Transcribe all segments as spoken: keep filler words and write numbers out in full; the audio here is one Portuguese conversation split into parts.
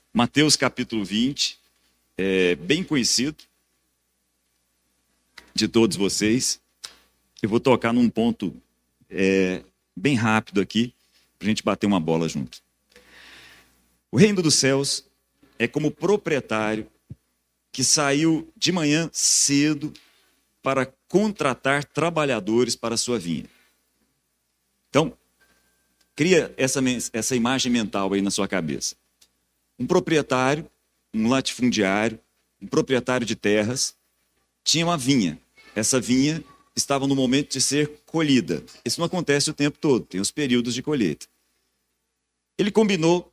Mateus capítulo vinte, é bem conhecido de todos vocês. Eu vou tocar num ponto é, bem rápido aqui, para a gente bater uma bola junto. O reino dos céus é como proprietário que saiu de manhã cedo para contratar trabalhadores para a sua vinha. Então, cria essa, essa imagem mental aí na sua cabeça. Um proprietário, um latifundiário, um proprietário de terras, tinha uma vinha. Essa vinha estava no momento de ser colhida. Isso não acontece o tempo todo, tem os períodos de colheita. Ele combinou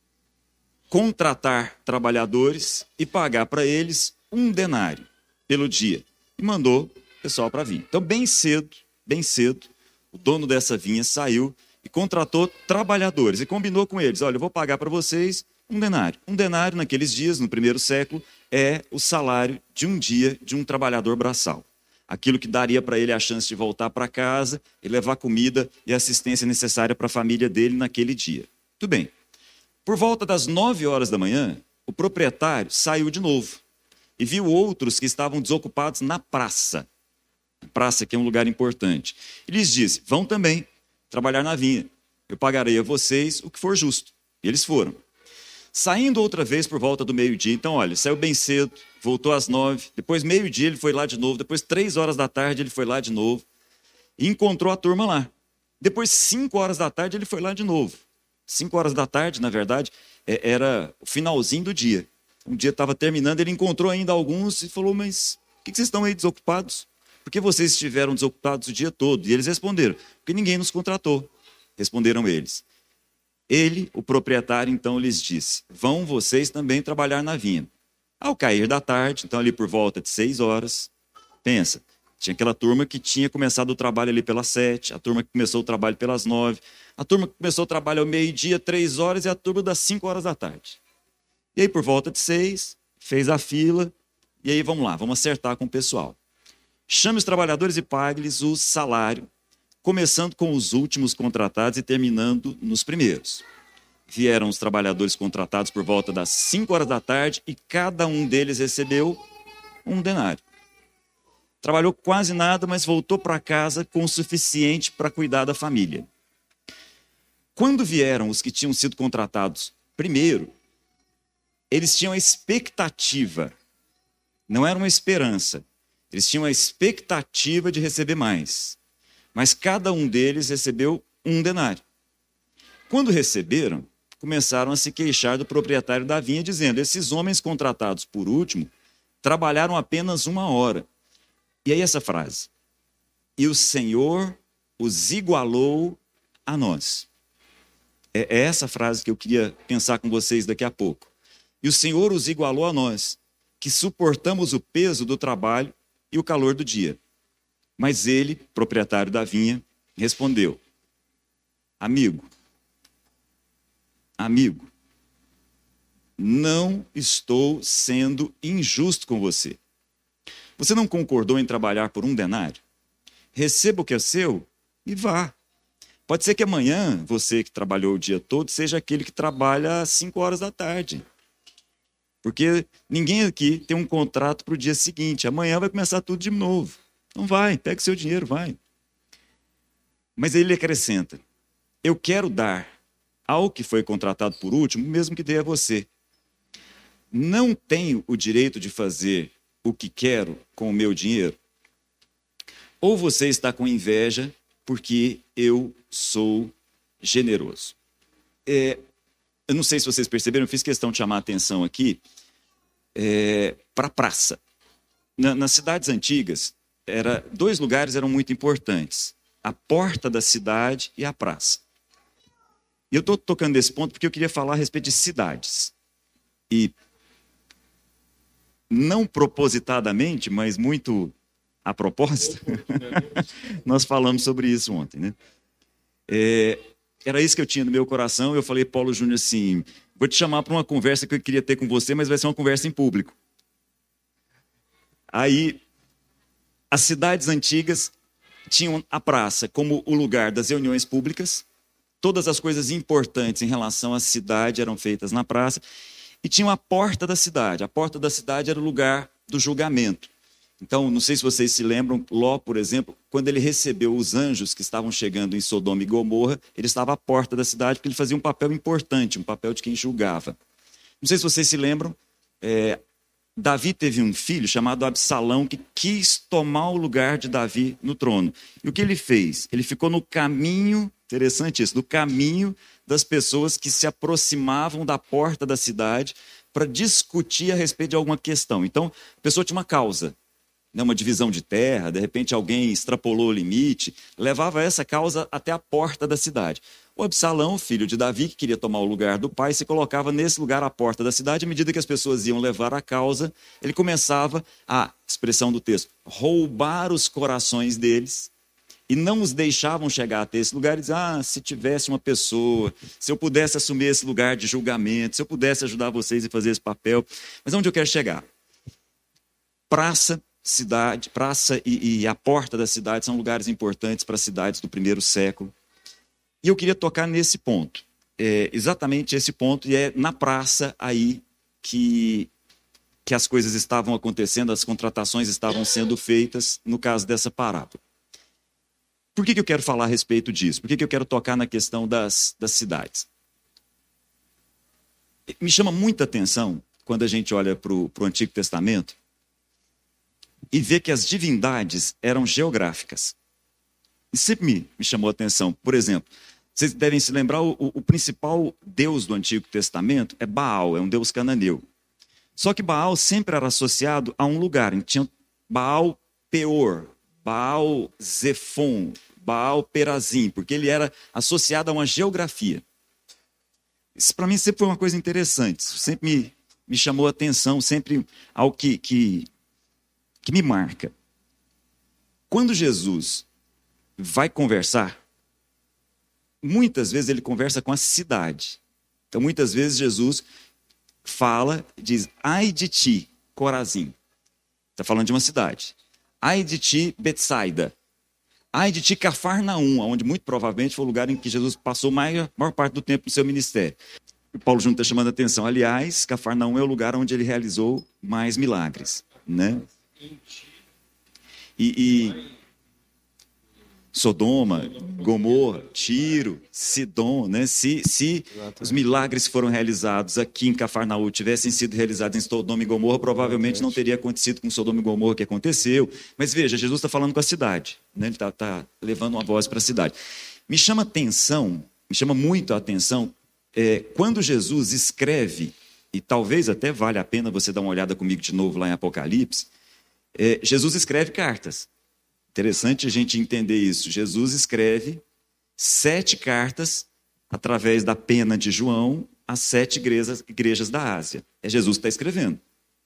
contratar trabalhadores e pagar para eles um denário pelo dia. E mandou o pessoal para a vinha. Então, bem cedo, bem cedo, o dono dessa vinha saiu e contratou trabalhadores e combinou com eles: olha, eu vou pagar para vocês um denário. Um denário, naqueles dias, no primeiro século, é o salário de um dia de um trabalhador braçal. Aquilo que daria para ele a chance de voltar para casa e levar comida e assistência necessária para a família dele naquele dia. Tudo bem. Por volta das nove horas da manhã, o proprietário saiu de novo e viu outros que estavam desocupados na praça. A praça que é um lugar importante. E lhes disse: vão também trabalhar na vinha. Eu pagarei a vocês o que for justo. E eles foram. Saindo outra vez por volta do meio-dia, então olha, saiu bem cedo, voltou às nove, depois meio-dia ele foi lá de novo, depois três horas da tarde ele foi lá de novo e encontrou a turma lá. Depois cinco horas da tarde ele foi lá de novo. Cinco horas da tarde, na verdade, era o finalzinho do dia. Um dia estava terminando, ele encontrou ainda alguns e falou: mas por que vocês estão aí desocupados? Por que vocês estiveram desocupados o dia todo? E eles responderam: porque ninguém nos contratou. Responderam eles. Ele, o proprietário, então lhes disse: vão vocês também trabalhar na vinha. Ao cair da tarde, então ali por volta de seis horas, pensa, tinha aquela turma que tinha começado o trabalho ali pelas sete, a turma que começou o trabalho pelas nove, a turma que começou o trabalho ao meio-dia, três horas, e a turma das cinco horas da tarde. E aí por volta de seis, fez a fila, e aí vamos lá, vamos acertar com o pessoal. Chame os trabalhadores e pague-lhes o salário, começando com os últimos contratados e terminando nos primeiros. Vieram os trabalhadores contratados por volta das cinco horas da tarde e cada um deles recebeu um denário. Trabalhou quase nada, mas voltou para casa com o suficiente para cuidar da família. Quando vieram os que tinham sido contratados primeiro, eles tinham a expectativa, não era uma esperança, eles tinham a expectativa de receber mais. Mas cada um deles recebeu um denário. Quando receberam, começaram a se queixar do proprietário da vinha, dizendo: esses homens contratados por último trabalharam apenas uma hora. E aí essa frase: e o Senhor os igualou a nós. É essa frase que eu queria pensar com vocês daqui a pouco. E o Senhor os igualou a nós, que suportamos o peso do trabalho e o calor do dia. Mas ele, proprietário da vinha, respondeu: amigo, amigo, não estou sendo injusto com você. Você não concordou em trabalhar por um denário? Receba o que é seu e vá. Pode ser que amanhã, você que trabalhou o dia todo, seja aquele que trabalha às cinco horas da tarde. Porque ninguém aqui tem um contrato para o dia seguinte. Amanhã vai começar tudo de novo. Então vai, pega o seu dinheiro, vai. Mas ele acrescenta: eu quero dar ao que foi contratado por último, mesmo que dê a você. Não tenho o direito de fazer o que quero com o meu dinheiro? Ou você está com inveja porque eu sou generoso? É, eu não sei se vocês perceberam, eu fiz questão de chamar a atenção aqui é, para a praça. Na, nas cidades antigas, era, dois lugares eram muito importantes: a porta da cidade e a praça. E eu estou tocando nesse ponto porque eu queria falar a respeito de cidades. E, não propositadamente, mas muito a propósito, nós falamos sobre isso ontem, né? É, era isso que eu tinha no meu coração. Eu falei: Paulo Júnior, assim, vou te chamar para uma conversa que eu queria ter com você, mas vai ser uma conversa em público. Aí, as cidades antigas tinham a praça como o lugar das reuniões públicas. Todas as coisas importantes em relação à cidade eram feitas na praça. e tinha a porta da cidade. A porta da cidade era o lugar do julgamento. Então, não sei se vocês se lembram, Ló, por exemplo, quando ele recebeu os anjos que estavam chegando em Sodoma e Gomorra, ele estava à porta da cidade porque ele fazia um papel importante, um papel de quem julgava. Não sei se vocês se lembram, é, Davi teve um filho chamado Absalão que quis tomar o lugar de Davi no trono. E o que ele fez? Ele ficou no caminho, interessante isso, no caminho das pessoas que se aproximavam da porta da cidade para discutir a respeito de alguma questão. Então, a pessoa tinha uma causa, né, uma divisão de terra, de repente alguém extrapolou o limite, levava essa causa até a porta da cidade. O Absalão, filho de Davi, que queria tomar o lugar do pai, se colocava nesse lugar à porta da cidade. À medida que as pessoas iam levar a causa, ele começava a, expressão do texto, roubar os corações deles e não os deixavam chegar até esse lugar e dizer, ah, se tivesse uma pessoa, se eu pudesse assumir esse lugar de julgamento, se eu pudesse ajudar vocês a fazer esse papel. Mas onde eu quero chegar? Praça, cidade, praça e, e a porta da cidade são lugares importantes para as cidades do primeiro século. E eu queria tocar nesse ponto, é exatamente esse ponto, e é na praça aí que, que as coisas estavam acontecendo, as contratações estavam sendo feitas, no caso dessa parábola. Por que, que eu quero falar a respeito disso? Por que, que eu quero tocar na questão das, das cidades? Me chama muita atenção, quando a gente olha para o Antigo Testamento, e vê que as divindades eram geográficas. E sempre me, me chamou a atenção. Por exemplo, vocês devem se lembrar, o, o principal deus do Antigo Testamento é Baal, é um deus cananeu. Só que Baal sempre era associado a um lugar. Tinha Baal Peor, Baal Zefon, Baal Perazim, porque ele era associado a uma geografia. Isso para mim sempre foi uma coisa interessante, isso sempre me, me chamou a atenção, sempre algo que, que, que me marca. Quando Jesus vai conversar, muitas vezes ele conversa com a cidade. Então, muitas vezes Jesus fala, diz, ai de ti, Corazim. Está falando de uma cidade. Ai de ti, Betsaida. Ai de ti, Cafarnaum, onde muito provavelmente foi o lugar em que Jesus passou a maior, maior parte do tempo no seu ministério. O Paulo Júnior está chamando a atenção. Aliás, Cafarnaum é o lugar onde ele realizou mais milagres, né? E... e Sodoma, Gomorra, Tiro, Sidom, né? Se, se os milagres que foram realizados aqui em Cafarnaum tivessem sido realizados em Sodoma e Gomorra, provavelmente não teria acontecido com Sodoma e Gomorra que aconteceu. Mas veja, Jesus está falando com a cidade, né? Ele está tá levando uma voz para a cidade. Me chama atenção, me chama muito a atenção, é, quando Jesus escreve, e talvez até valha a pena você dar uma olhada comigo de novo lá em Apocalipse, é, Jesus escreve cartas. Interessante a gente entender isso. Jesus escreve sete cartas através da pena de João às sete igrejas, igrejas da Ásia. É Jesus que está escrevendo.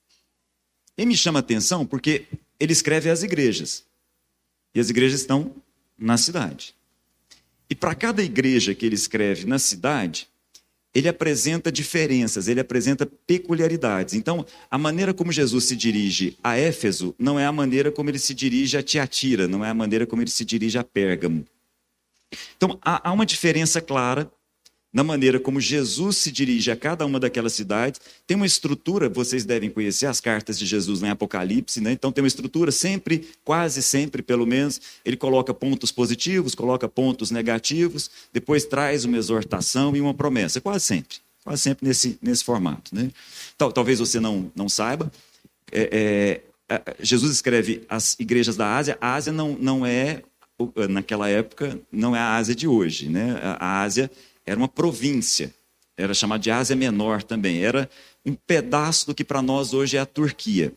E me chama a atenção porque ele escreve às igrejas. E as igrejas estão na cidade. E para cada igreja que ele escreve na cidade, ele apresenta diferenças, ele apresenta peculiaridades. Então, a maneira como Jesus se dirige a Éfeso não é a maneira como ele se dirige a Tiatira, não é a maneira como ele se dirige a Pérgamo. Então, há, há uma diferença clara na maneira como Jesus se dirige a cada uma daquelas cidades. Tem uma estrutura, vocês devem conhecer as cartas de Jesus em Apocalipse, né? Então tem uma estrutura sempre, quase sempre pelo menos, ele coloca pontos positivos, coloca pontos negativos, depois traz uma exortação e uma promessa, quase sempre, quase sempre nesse, nesse formato, né? Tal, talvez você não, não saiba, é, é, Jesus escreve as igrejas da Ásia. A Ásia não, não é, naquela época, não é a Ásia de hoje, né? A Ásia era uma província, era chamada de Ásia Menor também, era um pedaço do que para nós hoje é a Turquia.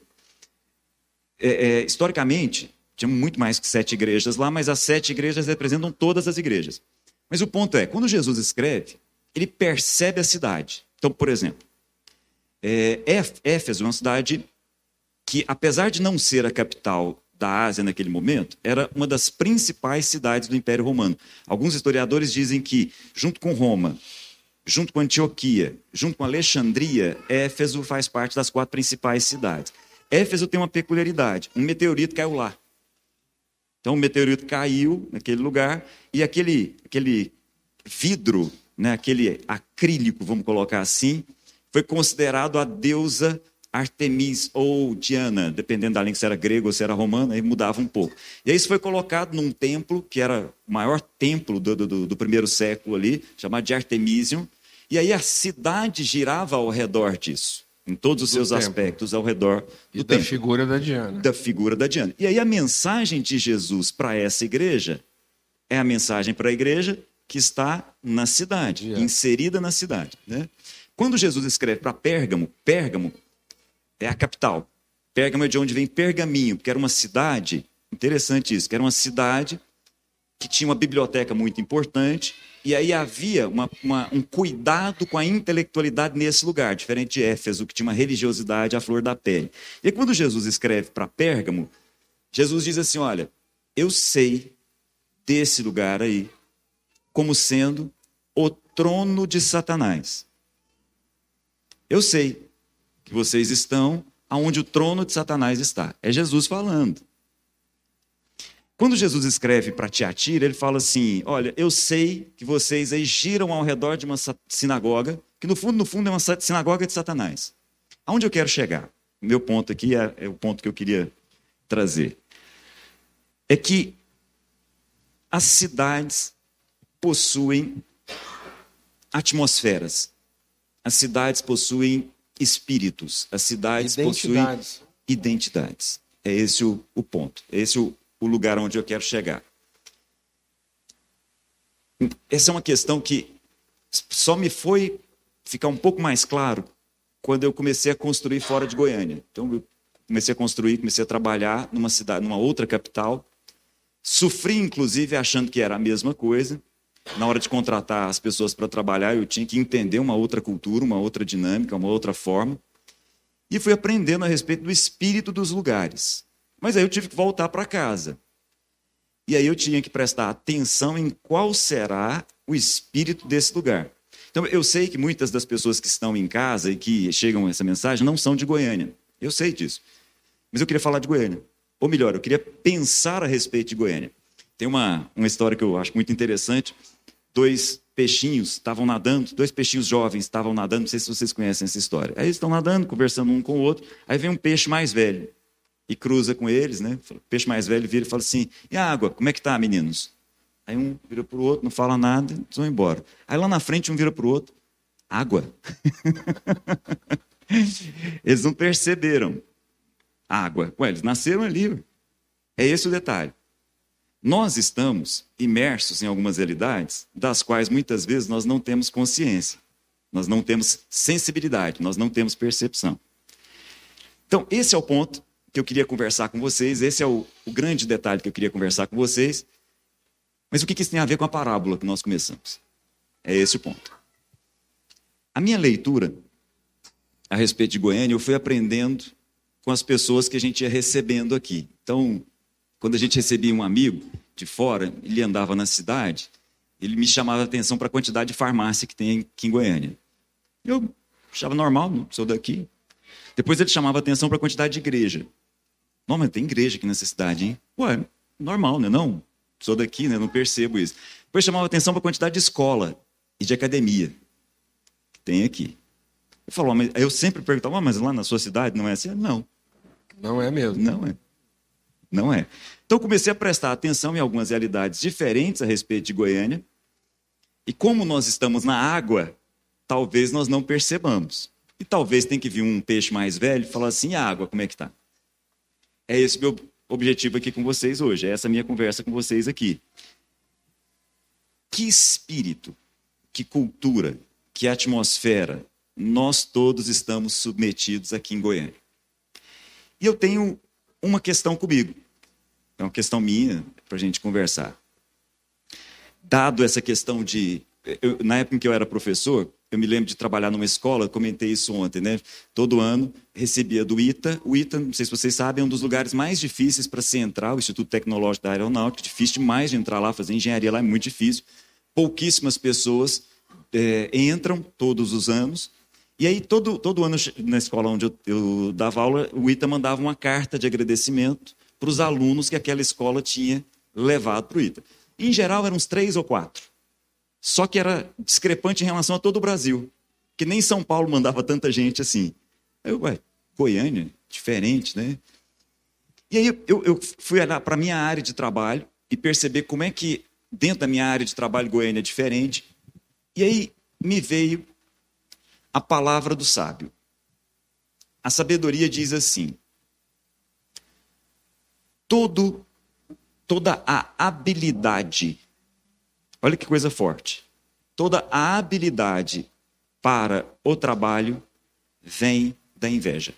É, é, historicamente, tinha muito mais que sete igrejas lá, mas as sete igrejas representam todas as igrejas. Mas o ponto é, quando Jesus escreve, ele percebe a cidade. Então, por exemplo, é, Éfeso é uma cidade que, apesar de não ser a capital da Ásia naquele momento, era uma das principais cidades do Império Romano. Alguns historiadores dizem que, junto com Roma, junto com Antioquia, junto com Alexandria, Éfeso faz parte das quatro principais cidades. Éfeso tem uma peculiaridade, um meteorito caiu lá. Então, o meteorito caiu naquele lugar e aquele, aquele vidro, né, aquele acrílico, vamos colocar assim, foi considerado a deusa Artemis ou Diana, dependendo da língua, se era grego ou se era romana, aí mudava um pouco. E aí isso foi colocado num templo, que era o maior templo do, do, do primeiro século ali, chamado de Artemisium, e aí a cidade girava ao redor disso, em todos os seus templo. aspectos, ao redor do E templo. da figura da Diana. Da figura da Diana. E aí a mensagem de Jesus para essa igreja é a mensagem para a igreja que está na cidade, Yeah. inserida na cidade, né? Quando Jesus escreve para Pérgamo, Pérgamo é a capital. Pérgamo é de onde vem pergaminho, que era uma cidade, interessante isso, que era uma cidade que tinha uma biblioteca muito importante, e aí havia uma, uma, um cuidado com a intelectualidade nesse lugar, diferente de Éfeso, que tinha uma religiosidade à flor da pele. E aí, quando Jesus escreve para Pérgamo, Jesus diz assim, olha, eu sei desse lugar aí como sendo o trono de Satanás. Eu sei que vocês estão aonde o trono de Satanás está. É Jesus falando. Quando Jesus escreve para Tiatira, ele fala assim, olha, eu sei que vocês aí giram ao redor de uma sinagoga, que no fundo, no fundo é uma sinagoga de Satanás. Aonde eu quero chegar? O meu ponto aqui é, é o ponto que eu queria trazer. É que as cidades possuem atmosferas. As cidades possuem espíritos. As cidades Identidades. possuem identidades. É esse o, o ponto. É esse o, o lugar onde eu quero chegar. Essa é uma questão que só me foi ficar um pouco mais claro quando eu comecei a construir fora de Goiânia. Então, eu comecei a construir, comecei a trabalhar numa cidade, numa outra capital. Sofri, inclusive, achando que era a mesma coisa. Na hora de contratar as pessoas para trabalhar, eu tinha que entender uma outra cultura, uma outra dinâmica, uma outra forma. E fui aprendendo a respeito do espírito dos lugares. Mas aí eu tive que voltar para casa. E aí eu tinha que prestar atenção em qual será o espírito desse lugar. Então, eu sei que muitas das pessoas que estão em casa e que chegam a essa mensagem não são de Goiânia. Eu sei disso. Mas eu queria falar de Goiânia. Ou melhor, eu queria pensar a respeito de Goiânia. Tem uma, uma história que eu acho muito interessante. Dois peixinhos estavam nadando, dois peixinhos jovens estavam nadando, não sei se vocês conhecem essa história. Aí eles estão nadando, conversando um com o outro, aí vem um peixe mais velho e cruza com eles, né? O peixe mais velho vira e fala assim, e a água, como é que tá, meninos? Aí um vira para o outro, não fala nada, eles vão embora. Aí lá na frente um vira para o outro, água. Eles não perceberam. Água. Ué, eles nasceram ali. Ué. É esse o detalhe. Nós estamos imersos em algumas realidades das quais muitas vezes nós não temos consciência, nós não temos sensibilidade, nós não temos percepção. Então, esse é o ponto que eu queria conversar com vocês, esse é o, o grande detalhe que eu queria conversar com vocês. Mas o que isso tem a ver com a parábola que nós começamos? É esse o ponto. A minha leitura a respeito de Goiânia, eu fui aprendendo com as pessoas que a gente ia recebendo aqui. Então, quando a gente recebia um amigo de fora, ele andava na cidade, ele me chamava a atenção para a quantidade de farmácia que tem aqui em Goiânia. Eu achava normal, não sou daqui. Depois ele chamava a atenção para a quantidade de igreja. Não, mas tem igreja aqui nessa cidade, hein? Ué, normal, né? Não, sou daqui, né? Não percebo isso. Depois chamava a atenção para a quantidade de escola e de academia que tem aqui. Eu falo, mas eu sempre perguntava, mas lá na sua cidade não é assim? Não. Não é mesmo. Não é. Não é. Então, comecei a prestar atenção em algumas realidades diferentes a respeito de Goiânia. E como nós estamos na água, talvez nós não percebamos. E talvez tenha que vir um peixe mais velho e falar assim, e a água, como é que está? É esse o meu objetivo aqui com vocês hoje. É essa minha conversa com vocês aqui. Que espírito, que cultura, que atmosfera nós todos estamos submetidos aqui em Goiânia? E eu tenho uma questão comigo. É uma questão minha para a gente conversar. Dado essa questão de... Eu, na época em que eu era professor, eu me lembro de trabalhar numa escola, comentei isso ontem, né? Todo ano recebia do ITA. O ITA, não sei se vocês sabem, é um dos lugares mais difíceis para se entrar, o Instituto Tecnológico da Aeronáutica, difícil demais de entrar lá, fazer engenharia lá é muito difícil. Pouquíssimas pessoas é, entram todos os anos. E aí, todo, todo ano, na escola onde eu, eu dava aula, o ITA mandava uma carta de agradecimento para os alunos que aquela escola tinha levado para o ITA. Em geral, eram uns três ou quatro. Só que era discrepante em relação a todo o Brasil. Porque porque nem São Paulo mandava tanta gente assim. Aí eu, ué, Goiânia, diferente, né? E aí eu, eu fui olhar para a minha área de trabalho e perceber como é que dentro da minha área de trabalho Goiânia é diferente. E aí me veio a palavra do sábio. A sabedoria diz assim: todo, toda a habilidade, olha que coisa forte, toda a habilidade para o trabalho vem da inveja.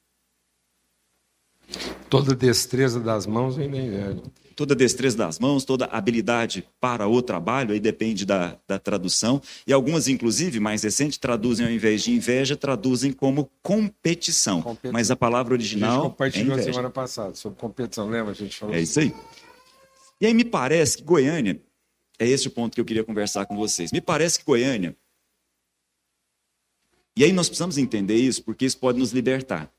Toda destreza das mãos vem da inveja. Toda destreza das mãos, toda habilidade para o trabalho, aí depende da, da tradução. E algumas, inclusive, mais recentes, traduzem ao invés de inveja, traduzem como competição. competição. Mas a palavra original a gente compartilhou é inveja. semana passada sobre competição, lembra? A gente falou É isso aí. E aí me parece que Goiânia, é esse o ponto que eu queria conversar com vocês. Me parece que Goiânia, e aí nós precisamos entender isso, porque isso pode nos libertar.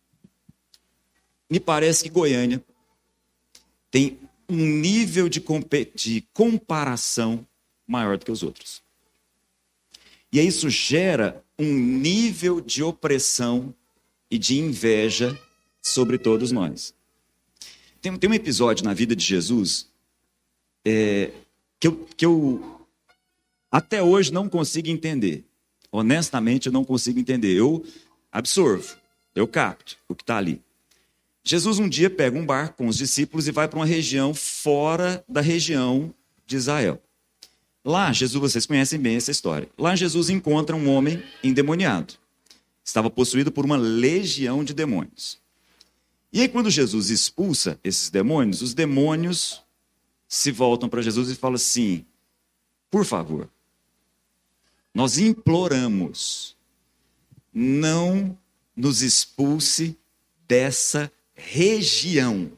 Me parece que Goiânia tem um nível de, de comparação maior do que os outros. E aí isso gera um nível de opressão e de inveja sobre todos nós. Tem, tem um episódio na vida de Jesus é, que, eu, que eu até hoje não consigo entender. Honestamente, eu não consigo entender. Eu absorvo, eu capto o que está ali. Jesus um dia pega um barco com os discípulos e vai para uma região fora da região de Israel. Lá, Jesus, vocês conhecem bem essa história. Lá, Jesus encontra um homem endemoniado. Estava possuído por uma legião de demônios. E aí, quando Jesus expulsa esses demônios, os demônios se voltam para Jesus e falam assim: por favor, nós imploramos, não nos expulse dessa região.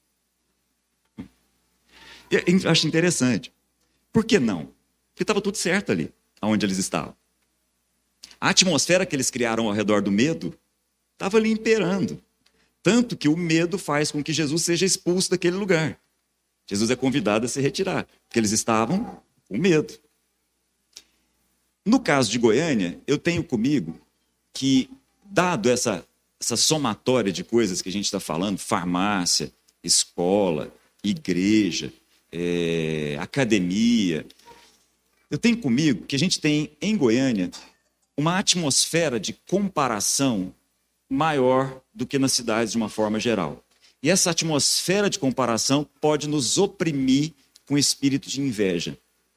Eu acho interessante. Por que não? Porque estava tudo certo ali, onde eles estavam. A atmosfera que eles criaram ao redor do medo estava ali imperando. Tanto que o medo faz com que Jesus seja expulso daquele lugar. Jesus é convidado a se retirar, porque eles estavam com medo. No caso de Goiânia, eu tenho comigo que, dado essa essa somatória de coisas que a gente está falando, farmácia, escola, igreja, é, academia, eu tenho comigo que a gente tem em Goiânia uma atmosfera de comparação maior do que nas cidades de uma forma geral. E essa atmosfera de comparação pode nos oprimir com espírito de inveja.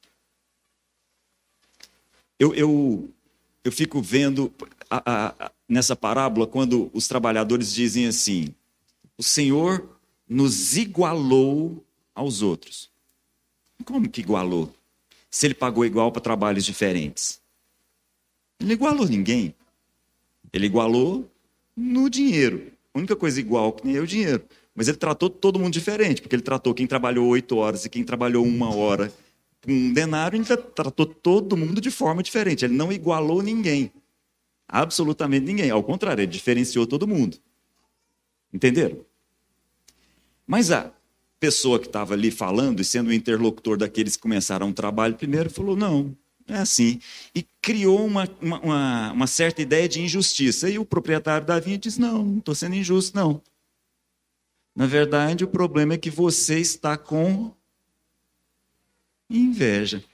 Eu, eu, eu fico vendo a, a, a, nessa parábola quando os trabalhadores dizem assim: o Senhor nos igualou aos outros. Como que igualou? Se ele pagou igual para trabalhos diferentes. Ele não igualou ninguém. Ele igualou no dinheiro. A única coisa igual que nem é o dinheiro. Mas ele tratou todo mundo diferente, porque ele tratou quem trabalhou oito horas e quem trabalhou uma hora com um denário, ele tratou todo mundo de forma diferente. Ele não igualou ninguém. Absolutamente ninguém. Ao contrário, ele diferenciou todo mundo. Entenderam? Mas a pessoa que estava ali falando e sendo o interlocutor daqueles que começaram o trabalho primeiro, falou: não, é assim. E criou uma, uma, uma certa ideia de injustiça. E o proprietário da vinha disse: não, não estou sendo injusto, não. Na verdade, o problema é que você está com inveja.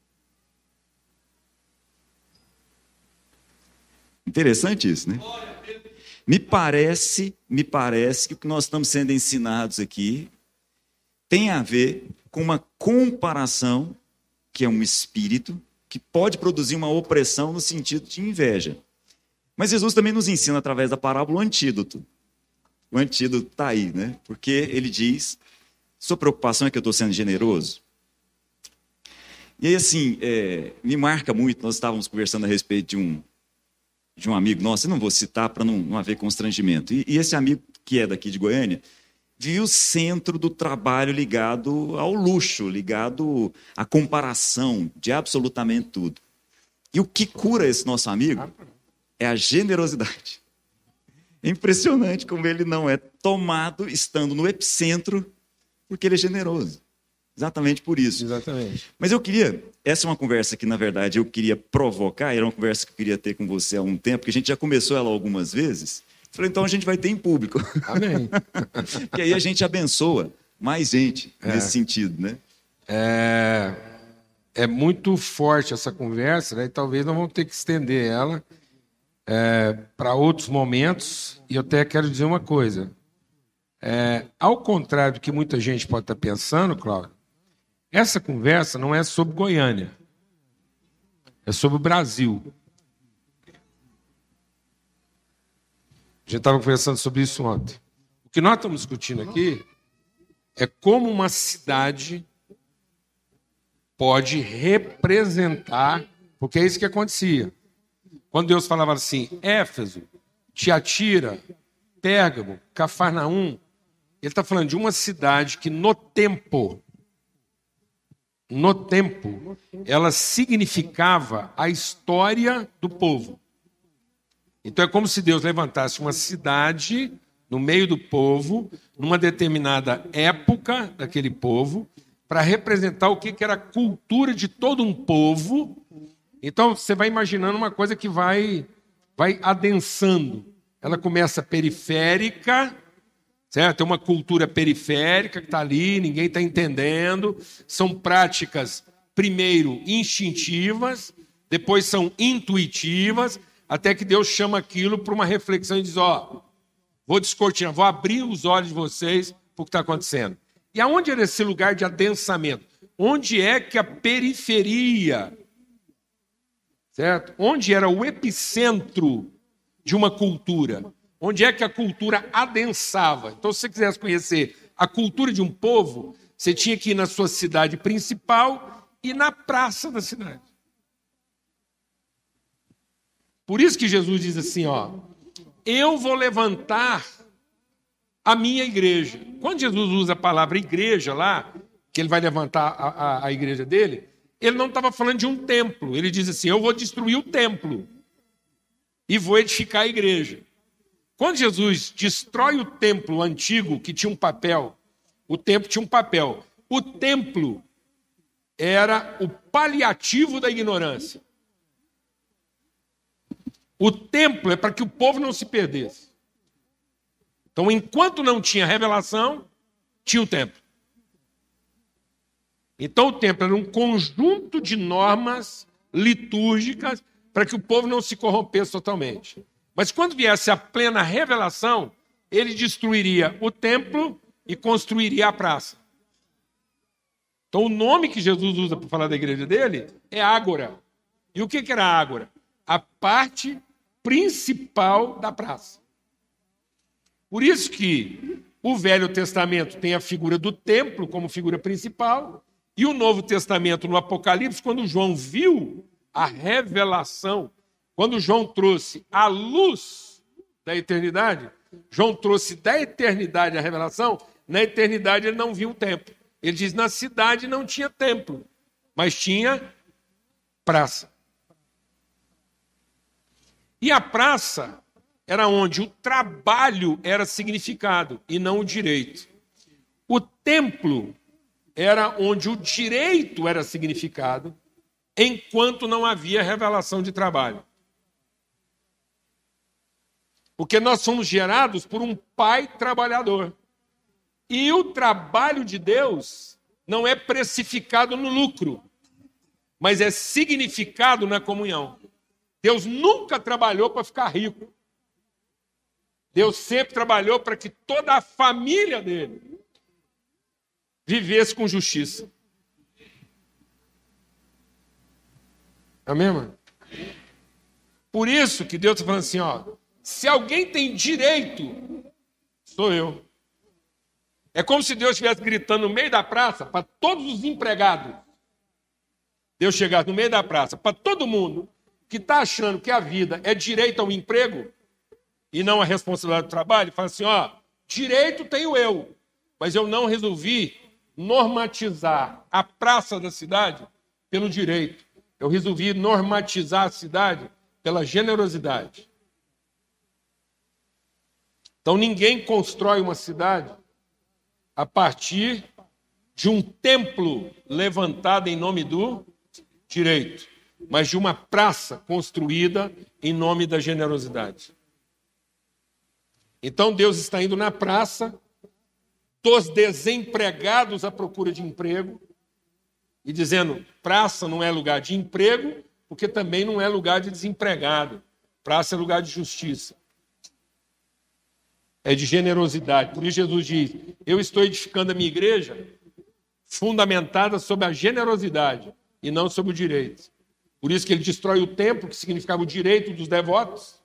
Interessante isso, né? Me parece, me parece que o que nós estamos sendo ensinados aqui tem a ver com uma comparação, que é um espírito, que pode produzir uma opressão no sentido de inveja. Mas Jesus também nos ensina, através da parábola, o antídoto. O antídoto está aí, né? Porque ele diz: sua preocupação é que eu estou sendo generoso? E aí, assim, é, me marca muito, nós estávamos conversando a respeito de um, de um amigo nosso, eu não vou citar para não, não haver constrangimento. E, e esse amigo, que é daqui de Goiânia, viu o centro do trabalho ligado ao luxo, ligado à comparação de absolutamente tudo. E o que cura esse nosso amigo é a generosidade. É impressionante como ele não é tomado estando no epicentro, porque ele é generoso. Exatamente por isso. Exatamente. Mas eu queria, essa é uma conversa que, na verdade, eu queria provocar, era uma conversa que eu queria ter com você há um tempo, que a gente já começou ela algumas vezes. Falei, então a gente vai ter em público. Amém. Porque aí a gente abençoa mais gente É. nesse sentido, né? É, é muito forte essa conversa, né? E talvez nós vamos ter que estender ela é, para outros momentos. E eu até quero dizer uma coisa. É, ao contrário do que muita gente pode estar pensando, Cláudio, essa conversa não é sobre Goiânia. É sobre o Brasil. A gente estava conversando sobre isso ontem. O que nós estamos discutindo aqui é como uma cidade pode representar, porque é isso que acontecia. Quando Deus falava assim, Éfeso, Tiatira, Pérgamo, Cafarnaum, ele está falando de uma cidade que no tempo, no tempo, ela significava a história do povo. Então é como se Deus levantasse uma cidade no meio do povo, numa determinada época daquele povo, para representar o que era a cultura de todo um povo. Então você vai imaginando uma coisa que vai, vai adensando. Ela começa periférica, certo? É uma cultura periférica que está ali, ninguém está entendendo. São práticas, primeiro, instintivas, depois são intuitivas, até que Deus chama aquilo para uma reflexão e diz, ó, vou descortinar, vou abrir os olhos de vocês para o que está acontecendo. E aonde era esse lugar de adensamento? Onde é que a periferia, certo? Onde era o epicentro de uma cultura? Onde é que a cultura adensava? Então, se você quisesse conhecer a cultura de um povo, você tinha que ir na sua cidade principal e na praça da cidade. Por isso que Jesus diz assim, ó, eu vou levantar a minha igreja. Quando Jesus usa a palavra igreja lá, que ele vai levantar a, a, a igreja dele, ele não estava falando de um templo. Ele diz assim, eu vou destruir o templo e vou edificar a igreja. Quando Jesus destrói o templo antigo, que tinha um papel, o templo tinha um papel. O templo era o paliativo da ignorância. O templo é para que o povo não se perdesse. Então, enquanto não tinha revelação, tinha o templo. Então, o templo era um conjunto de normas litúrgicas para que o povo não se corrompesse totalmente. Mas quando viesse a plena revelação, ele destruiria o templo e construiria a praça. Então, o nome que Jesus usa para falar da igreja dele é ágora. E o que era a ágora? A parte principal da praça. Por isso que o Velho Testamento tem a figura do templo como figura principal, e o Novo Testamento, no Apocalipse, quando João viu a revelação, quando João trouxe a luz da eternidade, João trouxe da eternidade a revelação, na eternidade ele não viu o templo. Ele diz, na cidade não tinha templo, mas tinha praça. E a praça era onde o trabalho era significado e não o direito. O templo era onde o direito era significado, enquanto não havia revelação de trabalho. Porque nós somos gerados por um pai trabalhador. E o trabalho de Deus não é precificado no lucro, mas é significado na comunhão. Deus nunca trabalhou para ficar rico. Deus sempre trabalhou para que toda a família dele vivesse com justiça. Amém, mano? Por isso que Deus está falando assim, ó, se alguém tem direito, sou eu. É como se Deus estivesse gritando no meio da praça para todos os empregados. Deus chegasse no meio da praça para todo mundo que está achando que a vida é direito ao emprego e não a responsabilidade do trabalho, e fala assim, ó, direito tenho eu, mas eu não resolvi normatizar a praça da cidade pelo direito. Eu resolvi normatizar a cidade pela generosidade. Então ninguém constrói uma cidade a partir de um templo levantado em nome do direito, mas de uma praça construída em nome da generosidade. Então Deus está indo na praça dos desempregados à procura de emprego e dizendo, praça não é lugar de emprego, porque também não é lugar de desempregado. Praça é lugar de justiça. É de generosidade. Por isso Jesus diz, eu estou edificando a minha igreja fundamentada sobre a generosidade e não sobre o direito. Por isso que ele destrói o templo, que significava o direito dos devotos,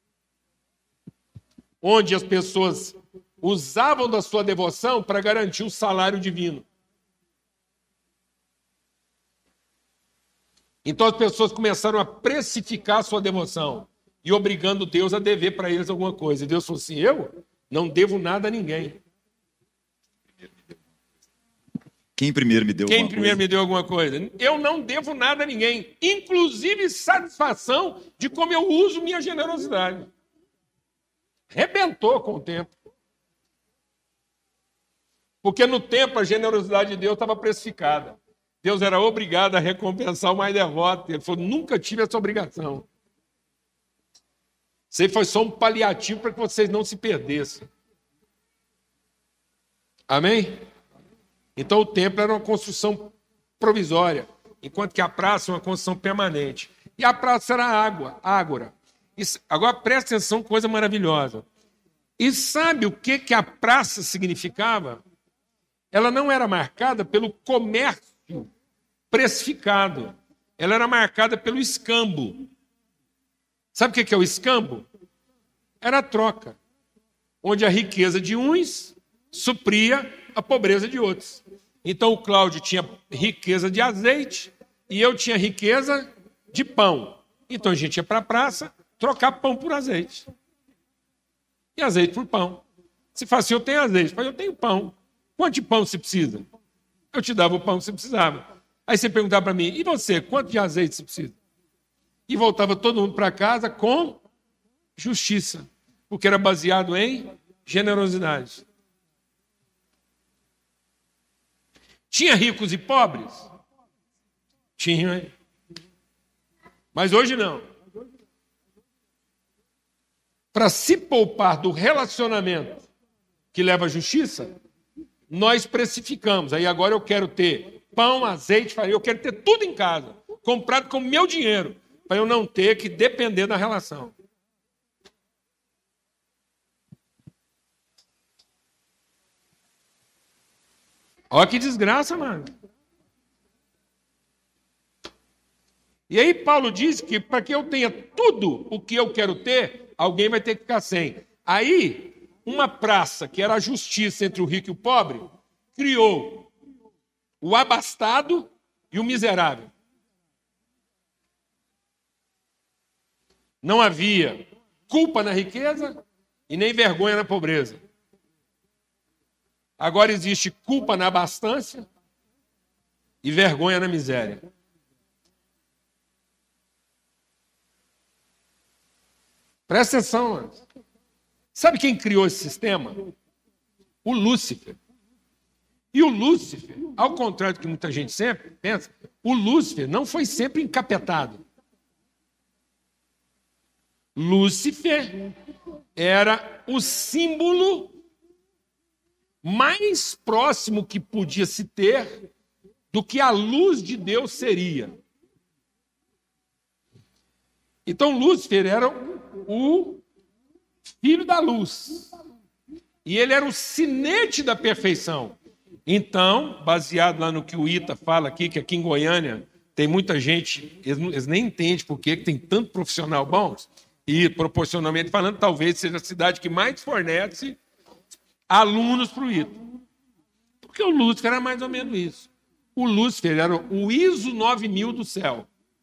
onde as pessoas usavam da sua devoção para garantir o salário divino. Então as pessoas começaram a precificar a sua devoção e obrigando Deus a dever para eles alguma coisa. E Deus falou assim, eu não devo nada a ninguém. Quem primeiro me deu Quem alguma primeiro coisa? me deu alguma coisa? Eu não devo nada a ninguém, inclusive satisfação de como eu uso minha generosidade. Rebentou com o tempo. Porque no tempo a generosidade de Deus estava precificada. Deus era obrigado a recompensar o mais devoto. Ele falou, nunca tive essa obrigação. Isso aí foi só um paliativo para que vocês não se perdessem. Amém? Então o templo era uma construção provisória, enquanto que a praça é uma construção permanente. E a praça era água, ágora. Isso, agora presta atenção, coisa maravilhosa. E sabe o que, que a praça significava? Ela não era marcada pelo comércio precificado. Ela era marcada pelo escambo. Sabe o que, que é o escambo? Era a troca, onde a riqueza de uns supria a pobreza de outros. Então o Cláudio tinha riqueza de azeite e eu tinha riqueza de pão. Então a gente ia para a praça trocar pão por azeite. E azeite por pão. Se fala assim, eu tenho azeite, mas eu tenho pão. Quanto de pão você precisa? Eu te dava o pão que você precisava. Aí você perguntava para mim, e você, quanto de azeite você precisa? E voltava todo mundo para casa com justiça, porque era baseado em generosidade. Tinha ricos e pobres? Tinha. Mas hoje não. Para se poupar do relacionamento que leva à justiça, nós precificamos. Aí agora eu quero ter pão, azeite, farinha, eu quero ter tudo em casa, comprado com meu dinheiro, para eu não ter que depender da relação. Olha que desgraça, mano. E aí Paulo diz que para que eu tenha tudo o que eu quero ter, alguém vai ter que ficar sem. Aí, uma praça, que era a justiça entre o rico e o pobre, criou o abastado e o miserável. Não havia culpa na riqueza e nem vergonha na pobreza. Agora existe culpa na abastança e vergonha na miséria. Presta atenção, mano. Sabe quem criou esse sistema? O Lúcifer. E o Lúcifer, ao contrário do que muita gente sempre pensa, o Lúcifer não foi sempre encapetado. Lúcifer era o símbolo mais próximo que podia se ter do que a luz de Deus seria. Então Lúcifer era o filho da luz. E ele era o sinete da perfeição. Então, baseado lá no que o Ita fala aqui, que aqui em Goiânia tem muita gente, eles, eles nem entendem por que tem tanto profissional bom, e proporcionalmente falando, talvez seja a cidade que mais fornece alunos para o Ita. Porque o Lúcifer era mais ou menos isso. O Lúcifer era o I S O nove mil do céu.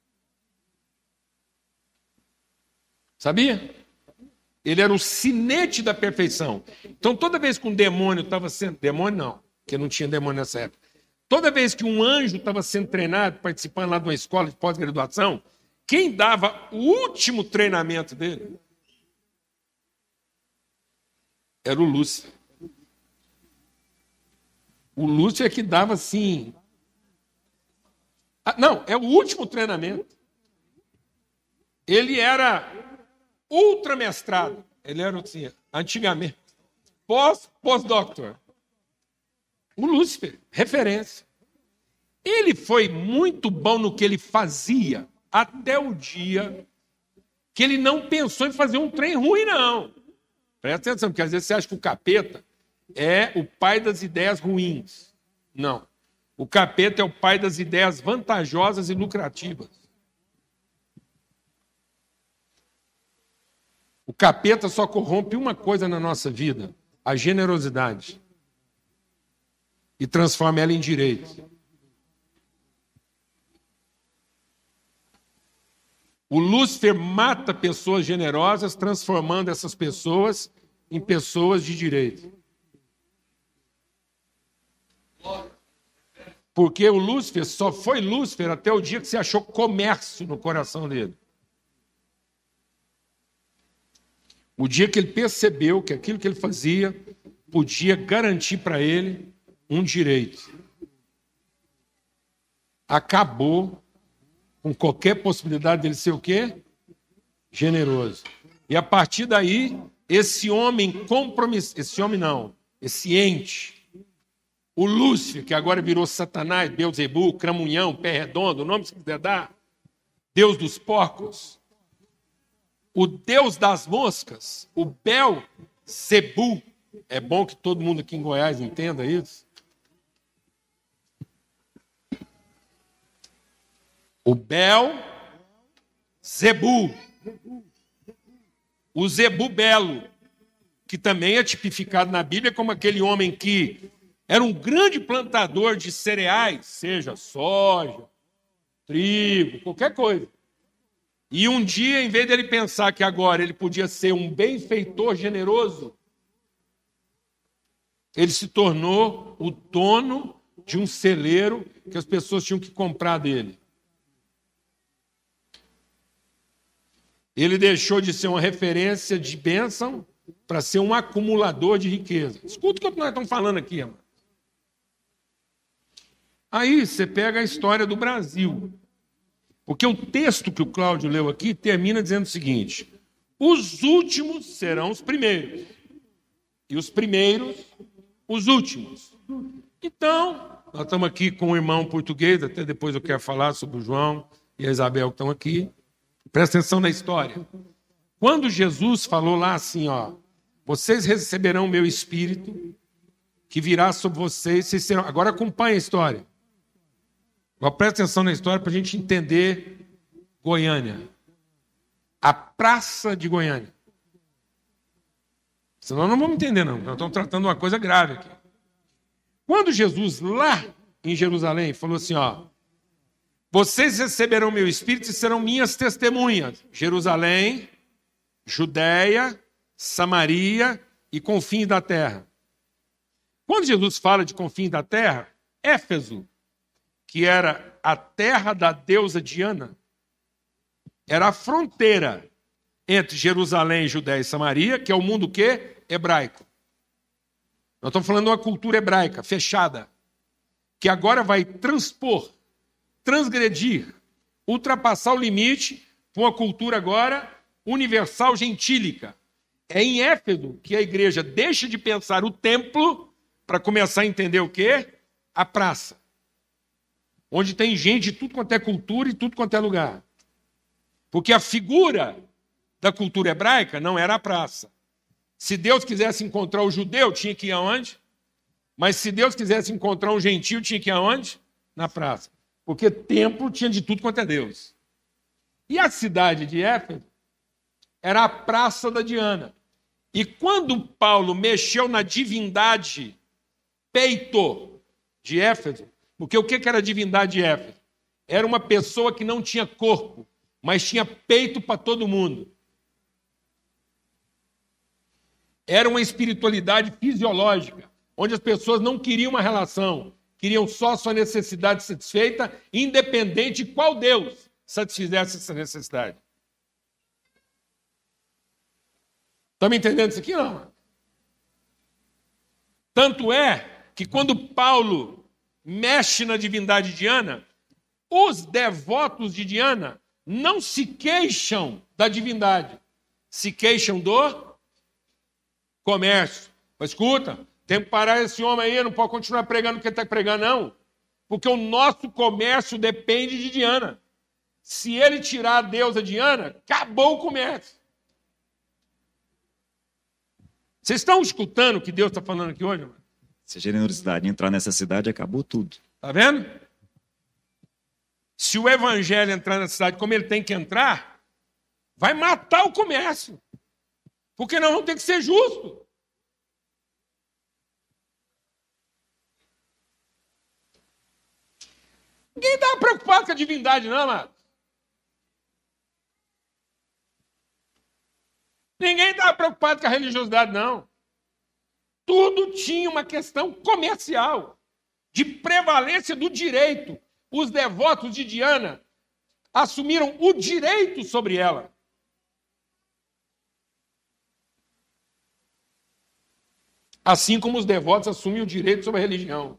Sabia? Ele era o sinete da perfeição. Então, toda vez que um demônio estava sendo... Demônio não, porque não tinha demônio nessa época. Toda vez que um anjo estava sendo treinado, participando lá de uma escola de pós-graduação, quem dava o último treinamento dele era o Lúcifer. O Lúcifer que dava assim... Ah, não, é o último treinamento. Ele era ultramestrado. Ele era assim, antigamente. Pós, pós-doctor. O Lúcifer, referência. Ele foi muito bom no que ele fazia até o dia que ele não pensou em fazer um trem ruim, não. Presta atenção, porque às vezes você acha que o capeta é o pai das ideias ruins. Não. O capeta é o pai das ideias vantajosas e lucrativas. O capeta só corrompe uma coisa na nossa vida, a generosidade. E transforma ela em direito. O Lúcifer mata pessoas generosas, transformando essas pessoas em pessoas de direito. Porque o Lúcifer só foi Lúcifer até o dia que você achou comércio no coração dele. O dia que ele percebeu que aquilo que ele fazia podia garantir para ele um direito. Acabou com qualquer possibilidade dele ser o quê? Generoso. E a partir daí, esse homem compromissado, esse homem não, esse ente, o Lúcifer, que agora virou Satanás, Beelzebul, Cramunhão, Pé Redondo, o nome que você quiser dar, Deus dos porcos, o Deus das moscas, o Beelzebul, é bom que todo mundo aqui em Goiás entenda isso. O Beelzebul, o Zebubelo, que também é tipificado na Bíblia como aquele homem que era um grande plantador de cereais, seja soja, trigo, qualquer coisa. E um dia, em vez dele pensar que agora ele podia ser um benfeitor generoso, ele se tornou o dono de um celeiro que as pessoas tinham que comprar dele. Ele deixou de ser uma referência de bênção para ser um acumulador de riqueza. Escuta o que nós estamos falando aqui, irmão. Aí você pega a história do Brasil. Porque o texto que o Cláudio leu aqui termina dizendo o seguinte: os últimos serão os primeiros, e os primeiros, os últimos. Então, nós estamos aqui com um irmão português, até depois eu quero falar sobre o João e a Isabel que estão aqui. Presta atenção na história. Quando Jesus falou lá assim, ó, vocês receberão meu espírito, que virá sobre vocês, vocês serão... Agora acompanha a história. Agora presta atenção na história para a gente entender Goiânia. A praça de Goiânia. Senão não vamos entender, não. Nós estamos tratando uma coisa grave aqui. Quando Jesus, lá em Jerusalém, falou assim, ó, vocês receberão meu espírito e serão minhas testemunhas. Jerusalém, Judéia, Samaria e confins da terra. Quando Jesus fala de confins da terra, Éfeso, que era a terra da deusa Diana, era a fronteira entre Jerusalém, Judéia e Samaria, que é o mundo o quê? Hebraico. Nós estamos falando de uma cultura hebraica, fechada, que agora vai transpor, transgredir, ultrapassar o limite para uma cultura agora universal gentílica. É em Éfeso que a igreja deixa de pensar o templo para começar a entender o quê? A praça. Onde tem gente de tudo quanto é cultura e tudo quanto é lugar. Porque a figura da cultura hebraica não era a praça. Se Deus quisesse encontrar o judeu, tinha que ir aonde? Mas se Deus quisesse encontrar um gentio, tinha que ir aonde? Na praça. Porque templo tinha de tudo quanto é Deus. E a cidade de Éfeso era a praça da Diana. E quando Paulo mexeu na divindade peito de Éfeso, porque o que era a divindade de Éfeso? Era uma pessoa que não tinha corpo, mas tinha peito para todo mundo. Era uma espiritualidade fisiológica, onde as pessoas não queriam uma relação, queriam só a sua necessidade satisfeita, independente de qual Deus satisfizesse essa necessidade. Estão me entendendo isso aqui, não? Tanto é que quando Paulo mexe na divindade de Diana, os devotos de Diana não se queixam da divindade, se queixam do comércio. Mas escuta, tem que parar esse homem aí, não pode continuar pregando o que ele está pregando, não. Porque o nosso comércio depende de Diana. Se ele tirar a deusa Diana, acabou o comércio. Vocês estão escutando o que Deus está falando aqui hoje, mano? Se a generosidade entrar nessa cidade, acabou tudo. Está vendo? Se o evangelho entrar na cidade como ele tem que entrar, vai matar o comércio. Porque nós vamos ter que ser justos. Ninguém está preocupado com a divindade, não, amado. Ninguém estava preocupado com a religiosidade, não. Tudo tinha uma questão comercial, de prevalência do direito. Os devotos de Diana assumiram o direito sobre ela. Assim como os devotos assumem o direito sobre a religião.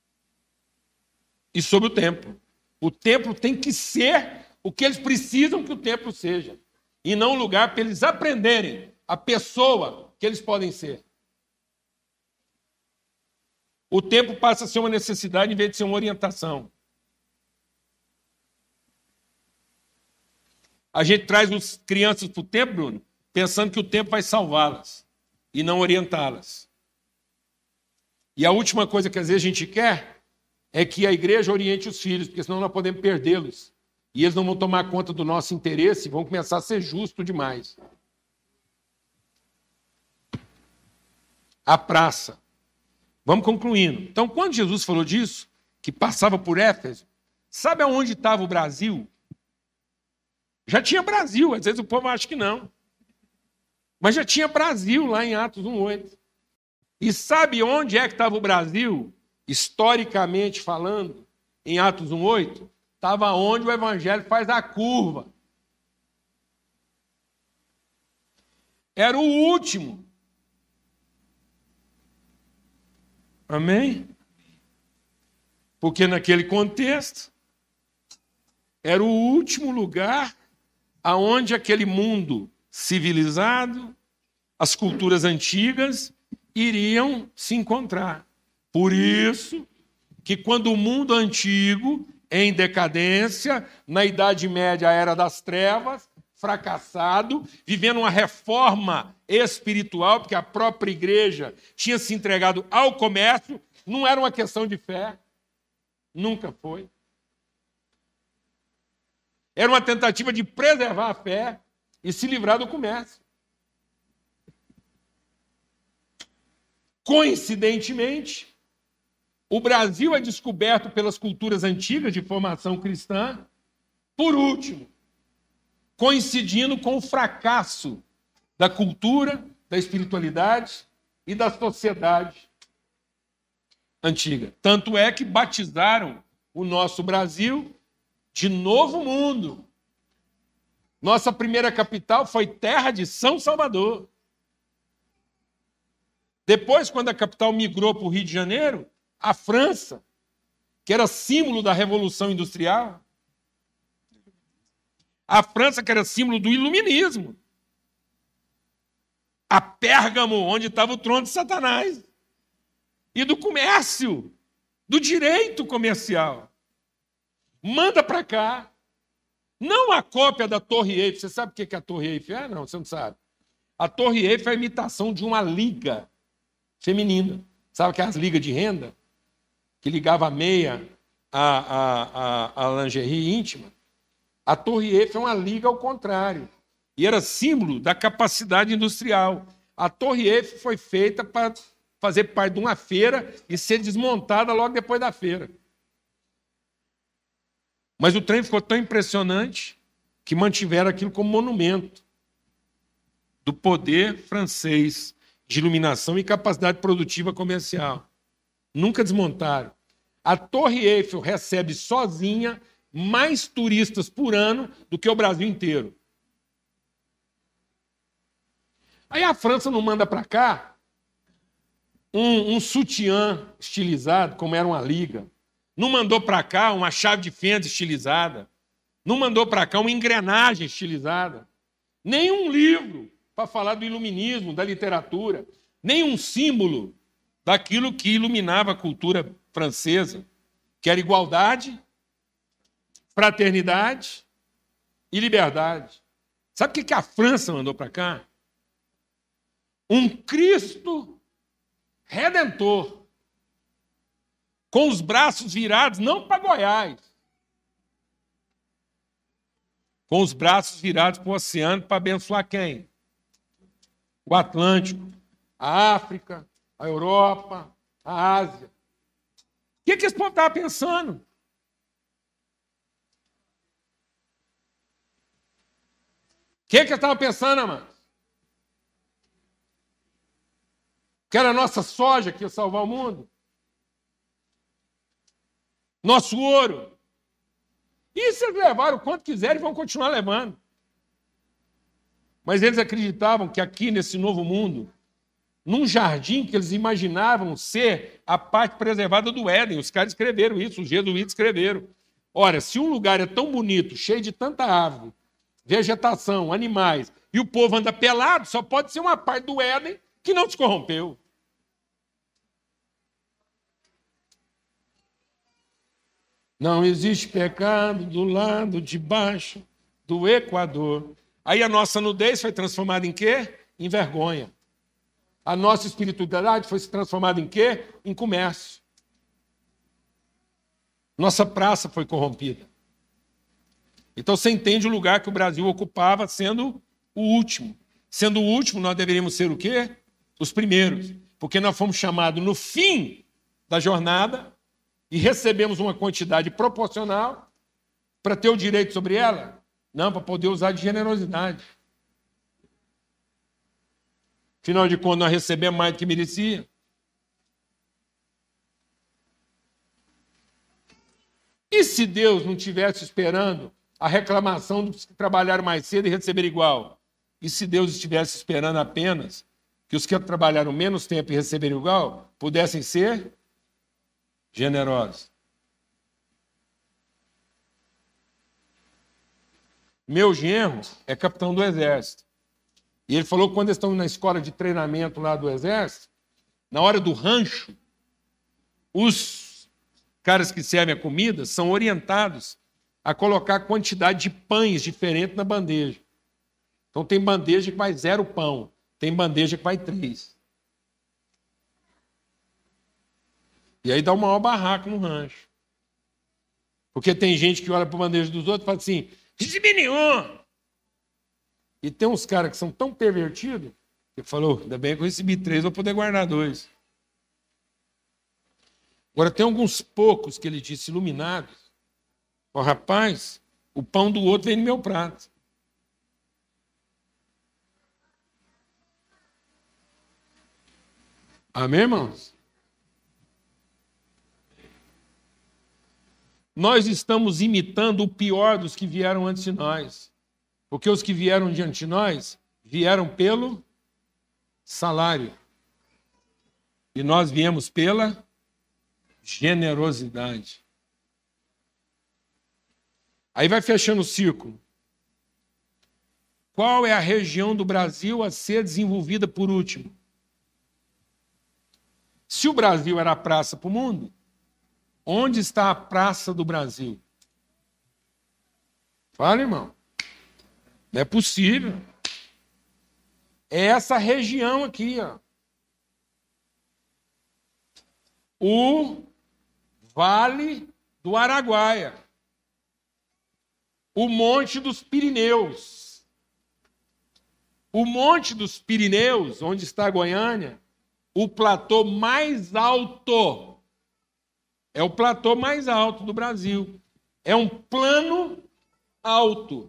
E sobre o templo. O templo tem que ser o que eles precisam que o templo seja. E não um lugar para eles aprenderem a pessoa que eles podem ser. O templo passa a ser uma necessidade em vez de ser uma orientação. A gente traz as crianças para o templo, Bruno, pensando que o templo vai salvá-las e não orientá-las. E a última coisa que às vezes a gente quer é que a igreja oriente os filhos, porque senão nós podemos perdê-los. E eles não vão tomar conta do nosso interesse e vão começar a ser justos demais. A praça. Vamos concluindo. Então, quando Jesus falou disso, que passava por Éfeso, sabe aonde estava o Brasil? Já tinha Brasil, às vezes o povo acha que não. Mas já tinha Brasil lá em Atos um, oito. E sabe onde é que estava o Brasil? Historicamente falando, em Atos um, oito, estava onde o evangelho faz a curva. Era o último. Amém? Porque naquele contexto, era o último lugar aonde aquele mundo civilizado, as culturas antigas, iriam se encontrar. Por isso que quando o mundo antigo, em decadência, na Idade Média, a Era das Trevas, fracassado, vivendo uma reforma espiritual, porque a própria igreja tinha se entregado ao comércio, não era uma questão de fé, nunca foi. Era uma tentativa de preservar a fé e se livrar do comércio. Coincidentemente, o Brasil é descoberto pelas culturas antigas de formação cristã, por último, coincidindo com o fracasso da cultura, da espiritualidade e da sociedade antiga. Tanto é que batizaram o nosso Brasil de Novo Mundo. Nossa primeira capital foi Terra de São Salvador. Depois, quando a capital migrou para o Rio de Janeiro, a França, que era símbolo da Revolução Industrial, a França, que era símbolo do iluminismo, a Pérgamo, onde estava o trono de Satanás, e do comércio, do direito comercial. Manda para cá. Não a cópia da Torre Eiffel. Você sabe o que é a Torre Eiffel? Ah, não, você não sabe. A Torre Eiffel é a imitação de uma liga feminina. Sabe aquelas ligas de renda? Que ligava a meia à, à, à, à lingerie íntima? A Torre Eiffel é uma liga ao contrário. E era símbolo da capacidade industrial. A Torre Eiffel foi feita para fazer parte de uma feira e ser desmontada logo depois da feira. Mas o trem ficou tão impressionante que mantiveram aquilo como monumento do poder francês de iluminação e capacidade produtiva comercial. Nunca desmontaram. A Torre Eiffel recebe sozinha mais turistas por ano do que o Brasil inteiro. Aí a França não manda para cá um, um sutiã estilizado, como era uma liga. Não mandou para cá uma chave de fenda estilizada. Não mandou para cá uma engrenagem estilizada. Nem um livro para falar do iluminismo, da literatura. Nem um símbolo daquilo que iluminava a cultura francesa, que era igualdade, fraternidade e liberdade. Sabe o que a França mandou para cá? Um Cristo redentor, com os braços virados, não para Goiás, com os braços virados para o oceano para abençoar quem? O Atlântico, a África, a Europa, a Ásia. O que, que esse povo estava pensando? O que, que eu estava pensando, amados? Que era a nossa soja que ia salvar o mundo? Nosso ouro. Isso eles levaram o quanto quiserem e vão continuar levando. Mas eles acreditavam que aqui nesse novo mundo, num jardim que eles imaginavam ser a parte preservada do Éden, os caras escreveram isso, os jesuítas escreveram. Ora, se um lugar é tão bonito, cheio de tanta árvore, vegetação, animais, e o povo anda pelado, só pode ser uma parte do Éden que não se corrompeu. Não existe pecado do lado de baixo do Equador. Aí a nossa nudez foi transformada em quê? Em vergonha. A nossa espiritualidade foi transformada em quê? Em comércio. Nossa praça foi corrompida. Então você entende o lugar que o Brasil ocupava sendo o último. Sendo o último, nós deveríamos ser o quê? Os primeiros. Porque nós fomos chamados no fim da jornada e recebemos uma quantidade proporcional para ter o direito sobre ela? Não, para poder usar de generosidade. Afinal de contas, nós recebemos mais do que merecia. E se Deus não estivesse esperando a reclamação dos que trabalharam mais cedo e receberam igual? E se Deus estivesse esperando apenas que os que trabalharam menos tempo e receberam igual pudessem ser generosos? Meu genro é capitão do Exército. E ele falou que quando eles estão na escola de treinamento lá do Exército, na hora do rancho, os caras que servem a comida são orientados a colocar quantidade de pães diferente na bandeja. Então tem bandeja que vai zero pão, tem bandeja que vai três. E aí dá o maior barraco no rancho. Porque tem gente que olha para a bandeja dos outros e fala assim, recebi nenhum. E tem uns caras que são tão pervertidos que falou, ainda bem que eu recebi três, vou poder guardar dois. Agora tem alguns poucos que ele disse iluminados. Ó, rapaz, o pão do outro vem no meu prato. Amém, irmãos? Nós estamos imitando o pior dos que vieram antes de nós. Porque os que vieram diante de nós vieram pelo salário. E nós viemos pela generosidade. Aí vai fechando o círculo. Qual é a região do Brasil a ser desenvolvida por último? Se o Brasil era a praça para o mundo, onde está a praça do Brasil? Fala, irmão. Não é possível. É essa região aqui, ó. O Vale do Araguaia. O Monte dos Pirineus. O Monte dos Pirineus, onde está Goiânia, o platô mais alto. É o platô mais alto do Brasil. É um plano alto.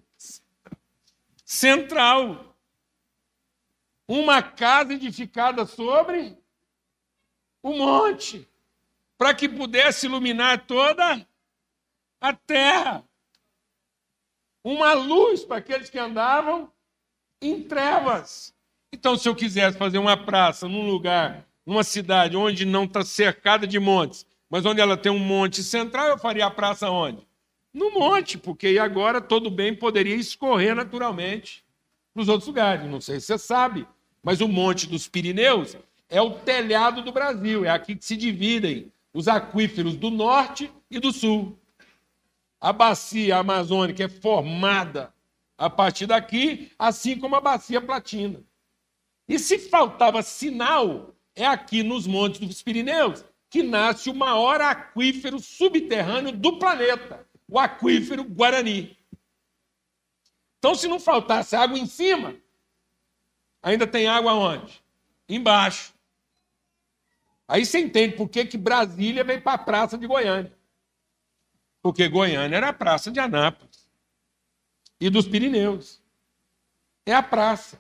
Central. Uma casa edificada sobre o monte, para que pudesse iluminar toda a terra. Uma luz para aqueles que andavam em trevas. Então, se eu quisesse fazer uma praça num lugar numa cidade onde não está cercada de montes, mas onde ela tem um monte central, eu faria a praça onde? No monte, porque aí agora todo bem poderia escorrer naturalmente para os outros lugares. Não sei se você sabe, mas o Monte dos Pirineus é o telhado do Brasil, é aqui que se dividem os aquíferos do norte e do sul. A bacia amazônica é formada a partir daqui, assim como a bacia platina. E se faltava sinal, é aqui nos Montes dos Pirineus que nasce o maior aquífero subterrâneo do planeta, o aquífero Guarani. Então, se não faltasse água em cima, ainda tem água onde? Embaixo. Aí você entende por que que Brasília veio para a praça de Goiânia. Porque Goiânia era a praça de Anápolis e dos Pirineus. É a praça.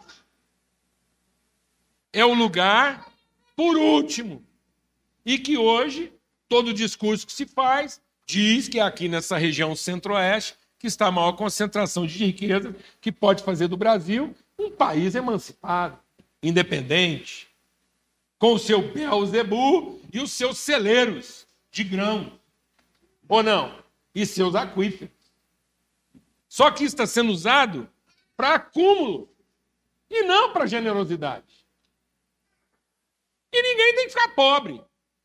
É o lugar por último. E que hoje, todo discurso que se faz diz que é aqui nessa região centro-oeste que está a maior concentração de riqueza que pode fazer do Brasil um país emancipado, independente, com o seu Beelzebub e os seus celeiros de grão. Ou não? E seus aquíferos. Só que isso está sendo usado para acúmulo e não para generosidade. E ninguém tem que ficar pobre.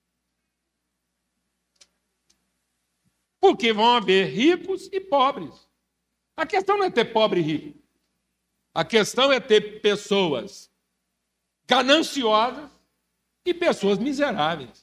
Porque vão haver ricos e pobres. A questão não é ter pobre e rico. A questão é ter pessoas gananciosas e pessoas miseráveis.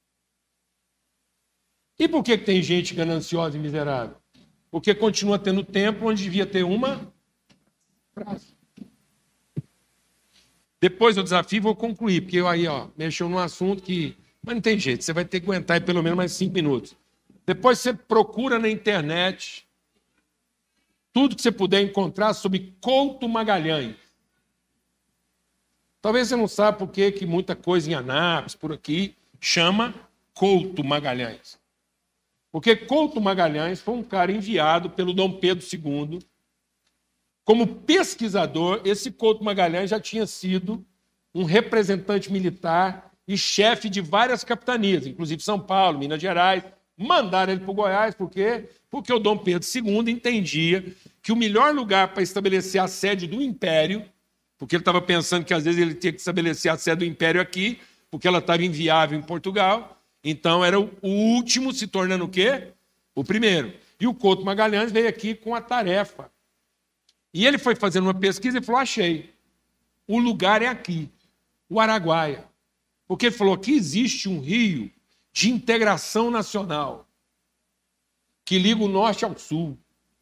E por que tem gente gananciosa e miserável? Porque continua tendo tempo onde devia ter uma praça. Depois do desafio vou concluir, porque eu aí, ó, mexeu num assunto que... Mas não tem jeito, você vai ter que aguentar aí pelo menos mais cinco minutos. Depois você procura na internet tudo que você puder encontrar sobre Couto Magalhães. Talvez você não saiba por que que muita coisa em Anápolis, por aqui, chama Couto Magalhães. Porque Couto Magalhães foi um cara enviado pelo Dom Pedro segundo. Como pesquisador, esse Couto Magalhães já tinha sido um representante militar e chefe de várias capitanias, inclusive São Paulo, Minas Gerais. Mandaram ele para o Goiás, por quê? Porque o Dom Pedro segundo entendia que o melhor lugar para estabelecer a sede do Império, porque ele estava pensando que às vezes ele tinha que estabelecer a sede do Império aqui, porque ela estava inviável em Portugal, então era o último se tornando o quê? O primeiro. E o Couto Magalhães veio aqui com a tarefa. E ele foi fazendo uma pesquisa e falou, achei, o lugar é aqui, o Araguaia. Porque ele falou que existe um rio de integração nacional, que liga o norte ao sul.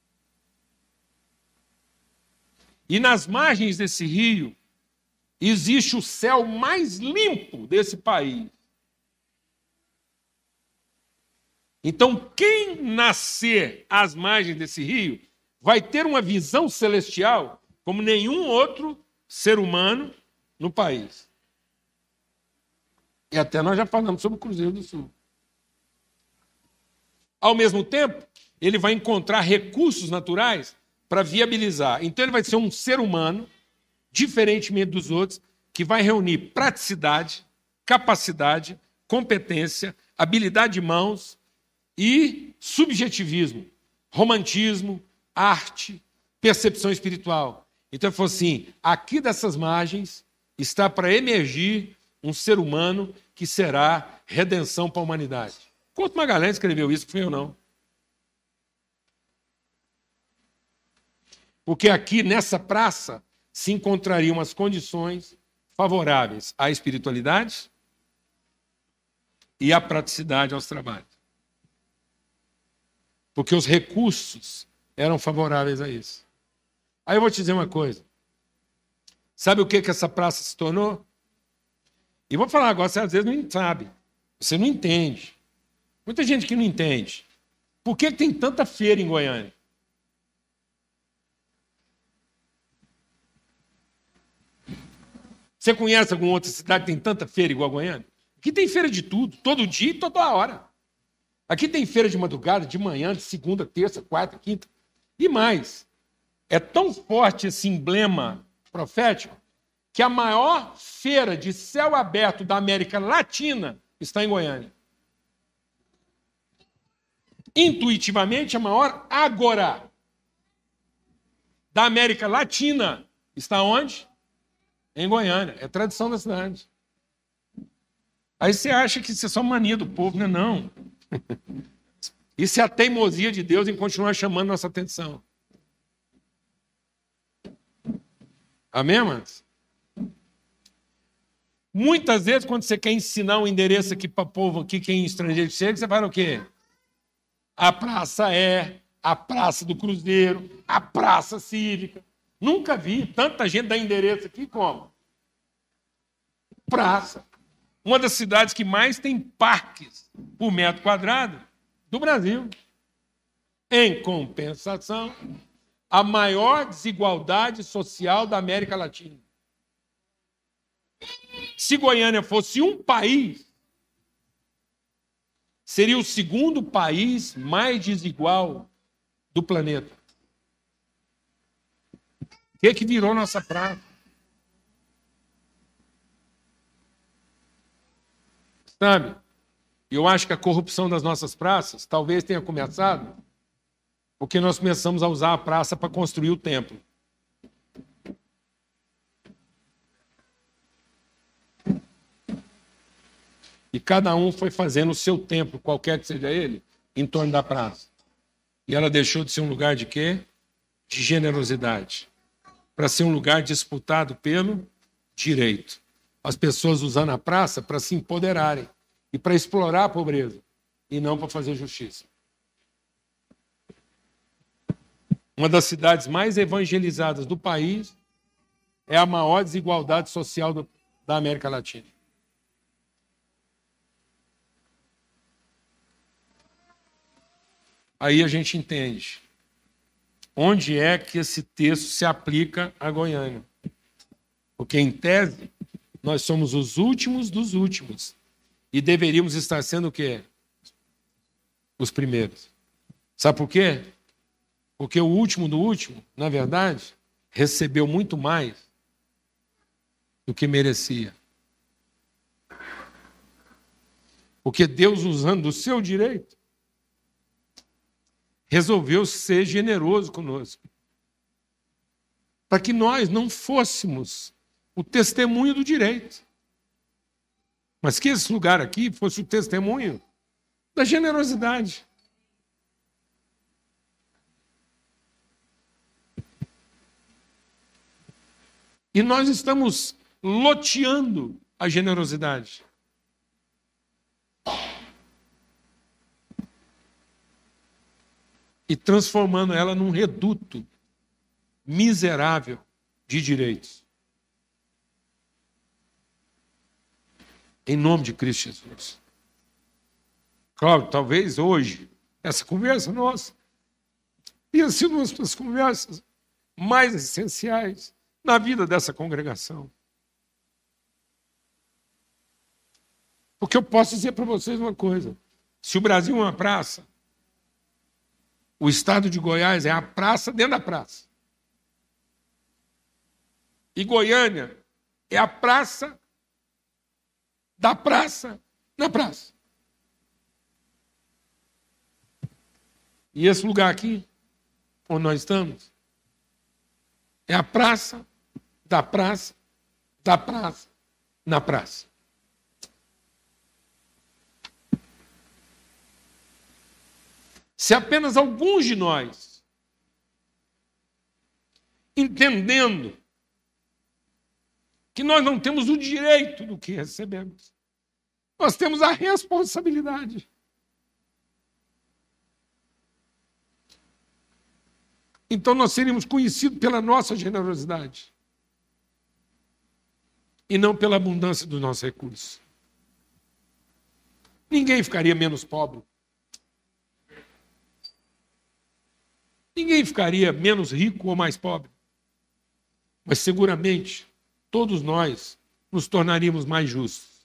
E nas margens desse rio, existe o céu mais limpo desse país. Então, quem nascer às margens desse rio, vai ter uma visão celestial como nenhum outro ser humano no país. E até nós já falamos sobre o Cruzeiro do Sul. Ao mesmo tempo, ele vai encontrar recursos naturais para viabilizar. Então, ele vai ser um ser humano, diferentemente dos outros, que vai reunir praticidade, capacidade, competência, habilidade de mãos e subjetivismo, romantismo, arte, percepção espiritual. Então, ele falou assim, aqui dessas margens está para emergir um ser humano que será redenção para a humanidade. Couto Magalhães escreveu isso, fui eu não. Porque aqui, nessa praça, se encontrariam as condições favoráveis à espiritualidade e à praticidade aos trabalhos. Porque os recursos eram favoráveis a isso. Aí eu vou te dizer uma coisa. Sabe o que, que essa praça se tornou? E vou falar agora, você às vezes não sabe. Você não entende. Muita gente que não entende. Por que tem tanta feira em Goiânia? Você conhece alguma outra cidade que tem tanta feira igual a Goiânia? Aqui tem feira de tudo, todo dia e toda hora. Aqui tem feira de madrugada, de manhã, de segunda, terça, quarta, quinta. E mais. É tão forte esse emblema profético que a maior feira de céu aberto da América Latina está em Goiânia. Intuitivamente, a maior ágora da América Latina está onde? Em Goiânia. É tradição da cidade. Aí você acha que isso é só mania do povo, né? Não. Isso é a teimosia de Deus em continuar chamando nossa atenção. Amém, amados? Muitas vezes, quando você quer ensinar um endereço aqui para o povo, aqui, quem estrangeiro chega, você fala o quê? A praça é, a praça do Cruzeiro, a praça cívica. Nunca vi tanta gente dar endereço aqui como praça. Uma das cidades que mais tem parques por metro quadrado do Brasil. Em compensação, a maior desigualdade social da América Latina. Se Goiânia fosse um país, seria o segundo país mais desigual do planeta. O que é que virou nossa praça? Sabe? Eu acho que a corrupção das nossas praças talvez tenha começado porque nós começamos a usar a praça para construir o templo. E cada um foi fazendo o seu templo, qualquer que seja ele, em torno da praça. E ela deixou de ser um lugar de quê? De generosidade. Para ser um lugar disputado pelo direito. As pessoas usando a praça para se empoderarem e para explorar a pobreza e não para fazer justiça. Uma das cidades mais evangelizadas do país é a maior desigualdade social do, da América Latina. Aí a gente entende onde é que esse texto se aplica a Goiânia. Porque, em tese, nós somos os últimos dos últimos. E deveríamos estar sendo o quê? Os primeiros. Sabe por quê? Porque o último do último, na verdade, recebeu muito mais do que merecia. Porque Deus, usando do seu direito, resolveu ser generoso conosco. Para que nós não fôssemos o testemunho do direito. Mas que esse lugar aqui fosse o testemunho da generosidade. E nós estamos loteando a generosidade. E transformando ela num reduto miserável de direitos. Em nome de Cristo Jesus. Claro, talvez hoje, essa conversa nossa tenha sido uma das conversas mais essenciais na vida dessa congregação. Porque eu posso dizer para vocês uma coisa. Se o Brasil é uma praça, o estado de Goiás é a praça dentro da praça. E Goiânia é a praça da praça na praça. E esse lugar aqui, onde nós estamos, é a praça da praça da praça na praça. Se apenas alguns de nós, entendendo que nós não temos o direito do que recebemos, nós temos a responsabilidade. Então nós seríamos conhecidos pela nossa generosidade e não pela abundância dos nossos recursos. Ninguém ficaria menos pobre. Ninguém ficaria menos rico ou mais pobre. Mas seguramente todos nós nos tornaríamos mais justos.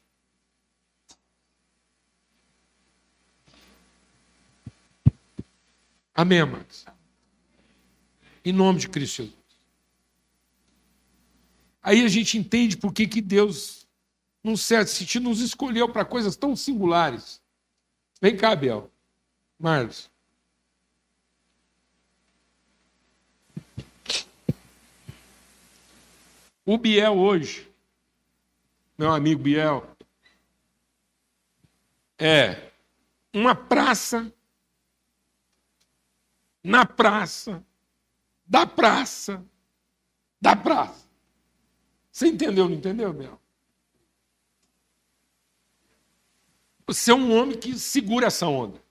Amém, amados? Em nome de Cristo Jesus. Aí a gente entende por que, que Deus, num certo sentido, nos escolheu para coisas tão singulares. Vem cá, Biel. Marlos. O Biel hoje, meu amigo Biel, é uma praça, na praça, da praça, da praça. Você entendeu, não entendeu, Biel? Você é um homem que segura essa onda.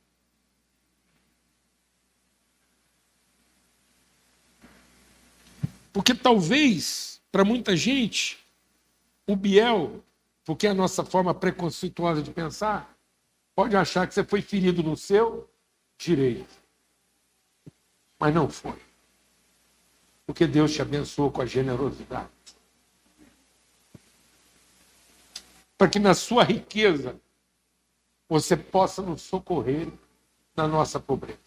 Porque talvez, para muita gente, o Biel, porque é a nossa forma preconceituosa de pensar, pode achar que você foi ferido no seu direito. Mas não foi. Porque Deus te abençoou com a generosidade. Para que na sua riqueza você possa nos socorrer na nossa pobreza.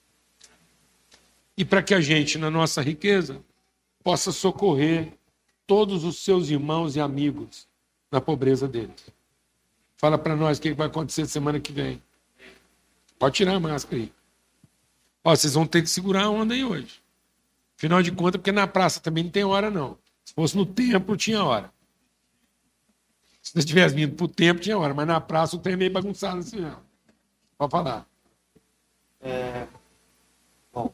E para que a gente, na nossa riqueza, possa socorrer todos os seus irmãos e amigos na pobreza deles. Fala para nós o que vai acontecer semana que vem. Pode tirar a máscara aí. Ó, vocês vão ter que segurar a onda aí hoje. Afinal de contas, porque na praça também não tem hora, não. Se fosse no templo, tinha hora. Se você tivesse vindo para o templo, tinha hora. Mas na praça o trem é meio bagunçado assim, não. Pode falar. É, bom,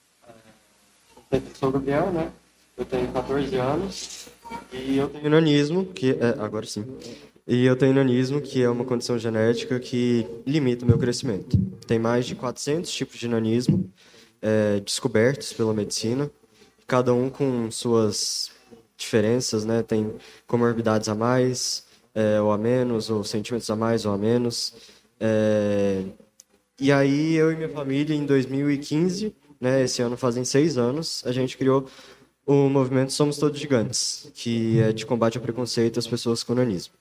é, sou o Gabriel, né? Eu tenho quatorze anos e eu tenho nanismo, que é, agora sim. E eu tenho nanismo, que é uma condição genética que limita o meu crescimento. Tem mais de quatrocentos tipos de nanismo é, descobertos pela medicina, cada um com suas diferenças, né? Tem comorbidades a mais, é, ou a menos, ou centímetros a mais ou a menos. É, e aí eu e minha família, em dois mil e quinze, né, esse ano fazem seis anos, a gente criou o movimento Somos Todos Gigantes, que é de combate ao preconceito às pessoas com nanismo.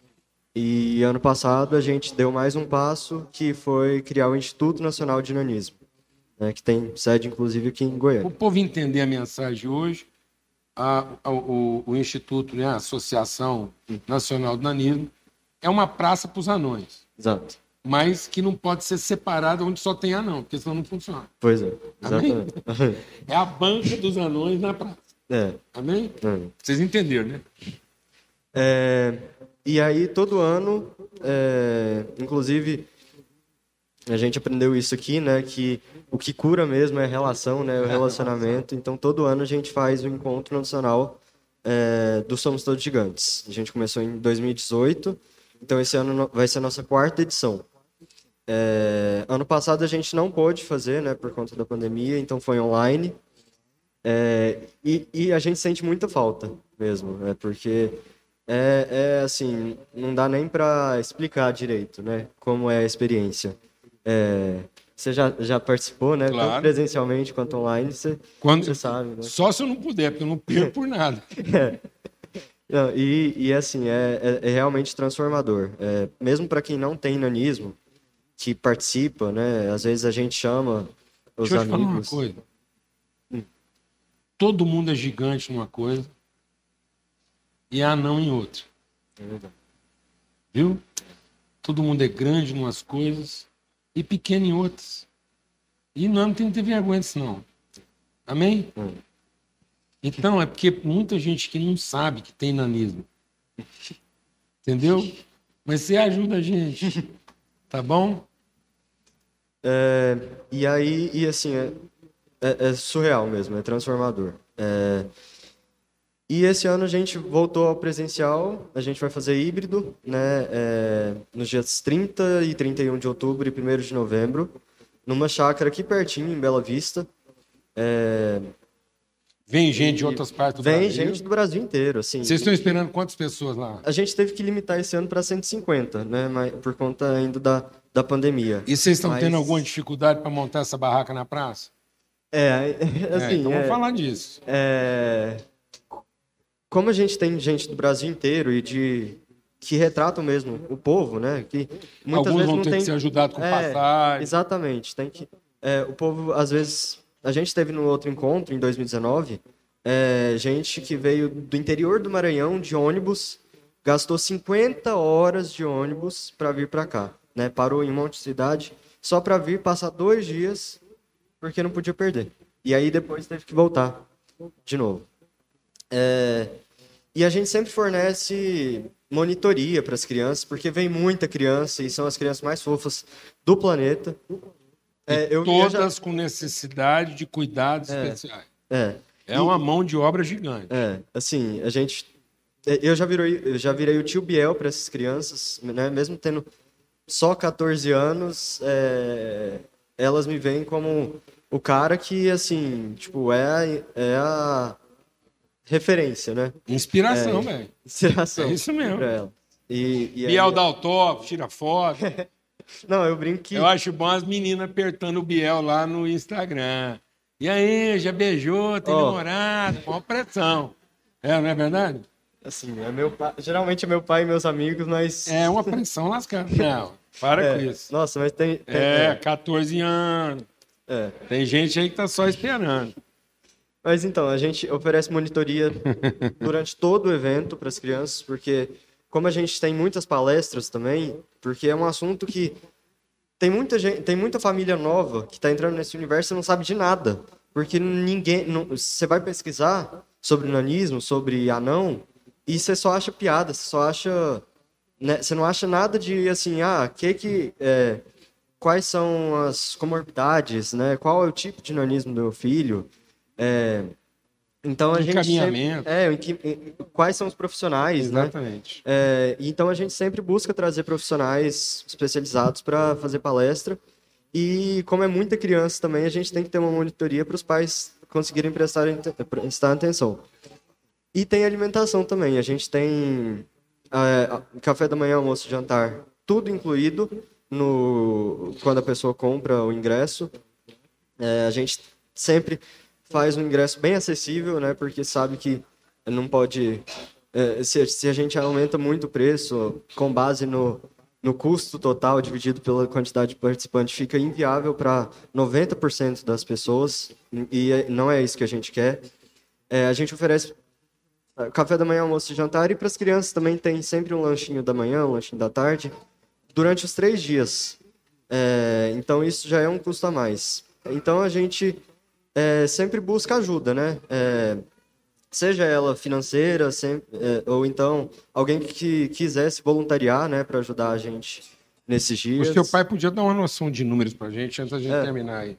E ano passado a gente deu mais um passo, que foi criar o Instituto Nacional de Nanismo, né, que tem sede, inclusive, aqui em Goiânia. O povo entender a mensagem hoje, a, a, o, o Instituto, né, a Associação Nacional do Nanismo, é uma praça para os anões. Exato. Mas que não pode ser separada onde só tem anão, porque senão não funciona. Pois é, exatamente. Amém? É a banca dos anões na praça. É. Amém? É. Vocês entenderam, né? É, e aí, todo ano, é, inclusive, a gente aprendeu isso aqui, né? Que o que cura mesmo é a relação, né? O relacionamento. Então, todo ano a gente faz o encontro nacional é, do Somos Todos Gigantes. A gente começou em dois mil e dezoito, então esse ano vai ser a nossa quarta edição. É, ano passado a gente não pôde fazer, né? Por conta da pandemia, então foi online. É, e, e a gente sente muita falta mesmo, né? Porque é, é assim, não dá nem para explicar direito, né? Como é a experiência. É, você já, já participou, né? Claro. Tanto presencialmente quanto online, você, Quando, você sabe, né? Só se eu não puder, porque eu não perco por nada. É. Não, e, e assim, é, é, é realmente transformador. É, mesmo para quem não tem nanismo, que participa, né? Às vezes a gente chama os Deixa eu te falar uma amigos. coisa. Todo mundo é gigante numa coisa e é anão em outra. É verdade. Viu? Todo mundo é grande em umas coisas e pequeno em outras. E não tem que ter vergonha disso, não. Amém? Hum. Então, é porque muita gente que não sabe que tem nanismo. Entendeu? Mas você ajuda a gente. Tá bom? É, e aí, e assim, é, é, é surreal mesmo, é transformador. É, e esse ano a gente voltou ao presencial, a gente vai fazer híbrido, né, é, nos dias trinta e trinta e um de outubro e primeiro de novembro, numa chácara aqui pertinho, em Bela Vista. É, Vem gente de outras partes do vem Brasil. gente do Brasil inteiro, assim. Vocês estão esperando quantas pessoas lá? A gente teve que limitar esse ano para cento e cinquenta, né, mas, por conta ainda da, da pandemia. E vocês estão Mas- tendo alguma dificuldade para montar essa barraca na praça? É, assim, é, então é- vamos falar disso. É, como a gente tem gente do Brasil inteiro e de que retratam mesmo o povo, né? Que muitas Alguns vezes vão não ter tem que ser ajudados com É, passagem. Exatamente, tem que é, o povo às vezes a gente teve no outro encontro em dois mil e dezenove, é, gente que veio do interior do Maranhão de ônibus, gastou cinquenta horas de ônibus para vir para cá, né? Parou em um monte de cidade só para vir passar dois dias porque não podia perder. E aí depois teve que voltar de novo. É, e a gente sempre fornece monitoria para as crianças, porque vem muita criança e são as crianças mais fofas do planeta. É, eu, Todas eu já... com necessidade de cuidados é, especiais. É, é uma e, mão de obra gigante. É, assim, a gente... Eu já virei, eu já virei o tio Biel para essas crianças, né? Mesmo tendo só quatorze anos, é, elas me veem como o cara que, assim, tipo, é a, é a referência, né? Inspiração, é, velho. Inspiração. É isso mesmo. Pra ela. E, e Biel aí... dá autógrafo, tira foto. Não, eu brinco que... Eu acho bom as meninas apertando o Biel lá no Instagram. E aí, já beijou, tem oh. namorado, com uma pressão. É, não é verdade? Assim, é meu pai, geralmente é meu pai e meus amigos, mas... É uma pressão lascada. Não, para é, com isso. Nossa, mas tem... tem é, é, quatorze anos. É. Tem gente aí que tá só esperando. Mas então, a gente oferece monitoria durante todo o evento para as crianças, porque como a gente tem muitas palestras também, porque é um assunto que tem muita gente, tem muita família nova que está entrando nesse universo e não sabe de nada, porque ninguém, não, você vai pesquisar sobre nanismo, sobre anão, e você só acha piada, você só acha, né, você não acha nada de assim, ah, que que é, quais são as comorbidades, né? Qual é o tipo de nanismo do meu filho? É, então a gente sempre, é, em que, em, quais são os profissionais, exatamente, né? É, então a gente sempre busca trazer profissionais especializados para fazer palestra e como é muita criança também a gente tem que ter uma monitoria para os pais conseguirem prestar, prestar atenção. E tem alimentação também, a gente tem é, café da manhã, almoço, jantar, tudo incluído no quando a pessoa compra o ingresso. É, a gente sempre faz um ingresso bem acessível, né? Porque sabe que não pode... É, se, se a gente aumenta muito o preço com base no, no custo total dividido pela quantidade de participantes, fica inviável para noventa por cento das pessoas e não é isso que a gente quer. É, a gente oferece café da manhã, almoço e jantar e para as crianças também tem sempre um lanchinho da manhã, um lanchinho da tarde, durante os três dias. É, então isso já é um custo a mais. Então a gente... É, sempre busca ajuda, né? É, seja ela financeira, sempre, é, ou então alguém que quisesse voluntariar, né, para ajudar a gente nesses dias. O seu pai podia dar uma noção de números para a gente antes da gente é. terminar aí.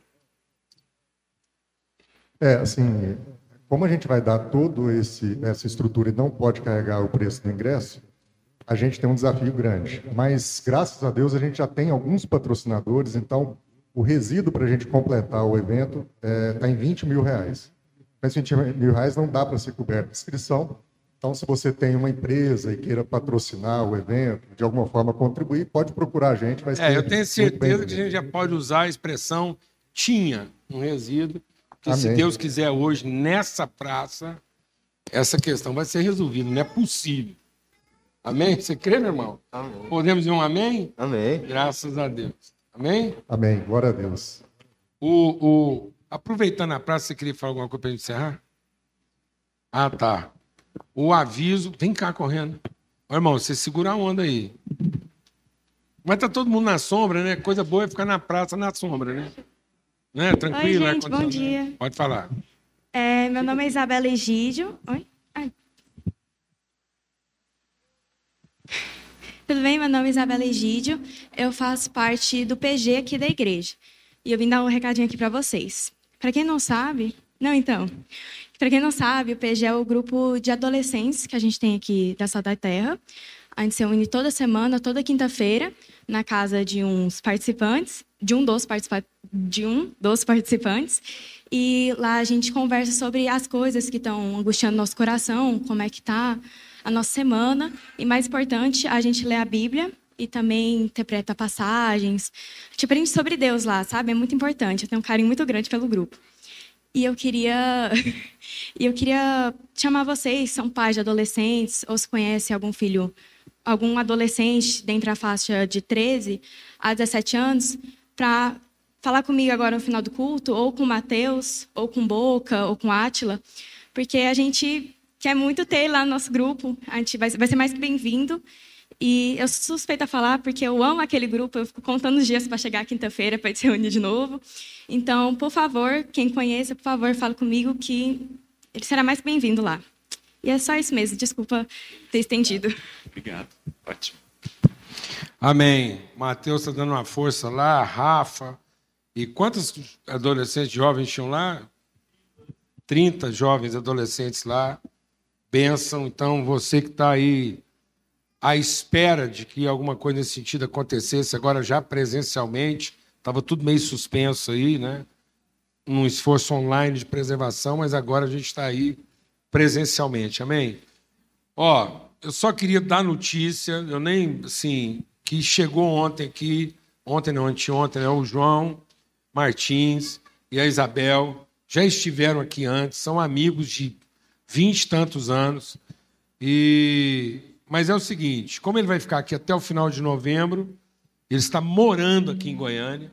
É, assim, como a gente vai dar toda essa estrutura e não pode carregar o preço do ingresso, a gente tem um desafio grande. Mas, graças a Deus, a gente já tem alguns patrocinadores, então... O resíduo para a gente completar o evento está é, em vinte mil reais. Mas vinte mil reais não dá para ser coberto de inscrição. Então, se você tem uma empresa e queira patrocinar o evento, de alguma forma contribuir, pode procurar a gente. Vai é, eu tenho certeza que a gente já pode usar a expressão tinha um resíduo, que Amém. Se Deus quiser hoje, nessa praça, essa questão vai ser resolvida. Não é possível. Amém? Você crê, meu irmão? Amém. Podemos dizer um amém? Amém. Graças a Deus. Amém? Amém. Glória a Deus. O, o, aproveitando a praça, você queria falar alguma coisa para a gente encerrar? Ah, tá. O aviso... Vem cá correndo. Ô, irmão, você segura a onda aí. Mas tá todo mundo na sombra, né? Coisa boa é ficar na praça na sombra, né? né? Tranquilo. Oi, gente. Bom dia. Pode falar. É, meu nome é Isabela Egídio. Oi? Ai. Tudo bem? Meu nome é Isabela Egídio, eu faço parte do P G aqui da igreja. E eu vim dar um recadinho aqui para vocês. Para quem não sabe... Não, então. Para quem não sabe, o P G é o grupo de adolescentes que a gente tem aqui da Sal da Terra. A gente se une toda semana, toda quinta-feira, na casa de uns participantes, de um dos participantes, de um dos participantes. E lá a gente conversa sobre as coisas que estão angustiando nosso coração, como é que está a nossa semana. E, mais importante, a gente lê a Bíblia e também interpreta passagens. A gente aprende sobre Deus lá, sabe? É muito importante. Eu tenho um carinho muito grande pelo grupo. E eu queria, e eu queria chamar vocês, são pais de adolescentes, ou se conhecem algum filho, algum adolescente dentre a faixa de treze a dezessete anos, para falar comigo agora no final do culto, ou com o Mateus, ou com o Boca, ou com o Átila, porque a gente quer muito ter lá no nosso grupo, a gente vai, vai ser mais que bem-vindo. E eu sou suspeita a falar porque eu amo aquele grupo, eu fico contando os dias para chegar quinta-feira para se reunir de novo. Então, por favor, quem conheça, por favor, fale comigo que ele será mais bem-vindo lá. E é só isso mesmo, desculpa ter estendido. Obrigado, ótimo. Amém. Mateus está dando uma força lá, Rafa. E quantos adolescentes jovens tinham lá? trinta jovens adolescentes lá. Bênção. Então, você que está aí à espera de que alguma coisa nesse sentido acontecesse, agora já presencialmente, estava tudo meio suspenso aí, né? Um esforço online de preservação, mas agora a gente está aí presencialmente. Amém? Ó, eu só queria dar notícia, eu nem, assim, que chegou ontem aqui, ontem não, anteontem, né? O João Martins e a Isabel já estiveram aqui antes, são amigos de vinte e tantos anos. E... Mas é o seguinte, como ele vai ficar aqui até o final de novembro, ele está morando aqui em Goiânia,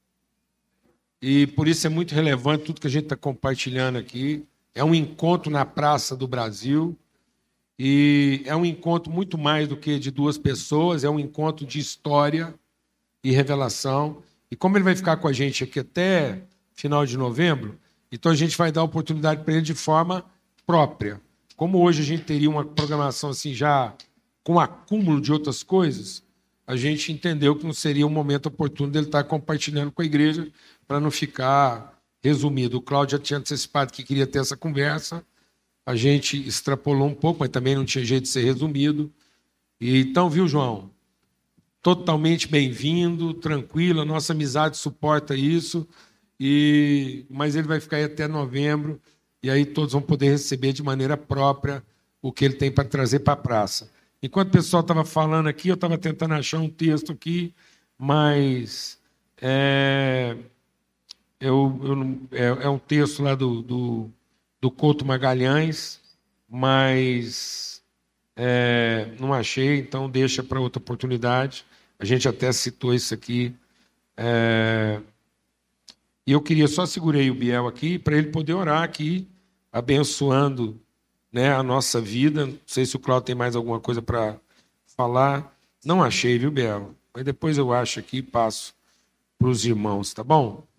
e por isso é muito relevante tudo que a gente está compartilhando aqui. É um encontro na Praça do Brasil, e é um encontro muito mais do que de duas pessoas, é um encontro de história e revelação. E como ele vai ficar com a gente aqui até final de novembro, então a gente vai dar oportunidade para ele de forma própria. Como hoje a gente teria uma programação assim já com acúmulo de outras coisas, a gente entendeu que não seria um momento oportuno dele estar compartilhando com a igreja para não ficar resumido. O Cláudio já tinha antecipado que queria ter essa conversa, a gente extrapolou um pouco, mas também não tinha jeito de ser resumido. E, então, viu, João? Totalmente bem-vindo, tranquilo, a nossa amizade suporta isso, e... mas ele vai ficar aí até novembro, e aí todos vão poder receber de maneira própria o que ele tem para trazer para a praça. Enquanto o pessoal estava falando aqui, eu estava tentando achar um texto aqui, mas é, eu, eu não, é, é um texto lá do, do, do Couto Magalhães, mas é, não achei, então deixa para outra oportunidade. A gente até citou isso aqui. É, e eu queria só segurei o Biel aqui para ele poder orar aqui, abençoando, né, a nossa vida. Não sei se o Cláudio tem mais alguma coisa para falar. Não achei, viu, Biel? Mas depois eu acho aqui e passo para os irmãos, tá bom?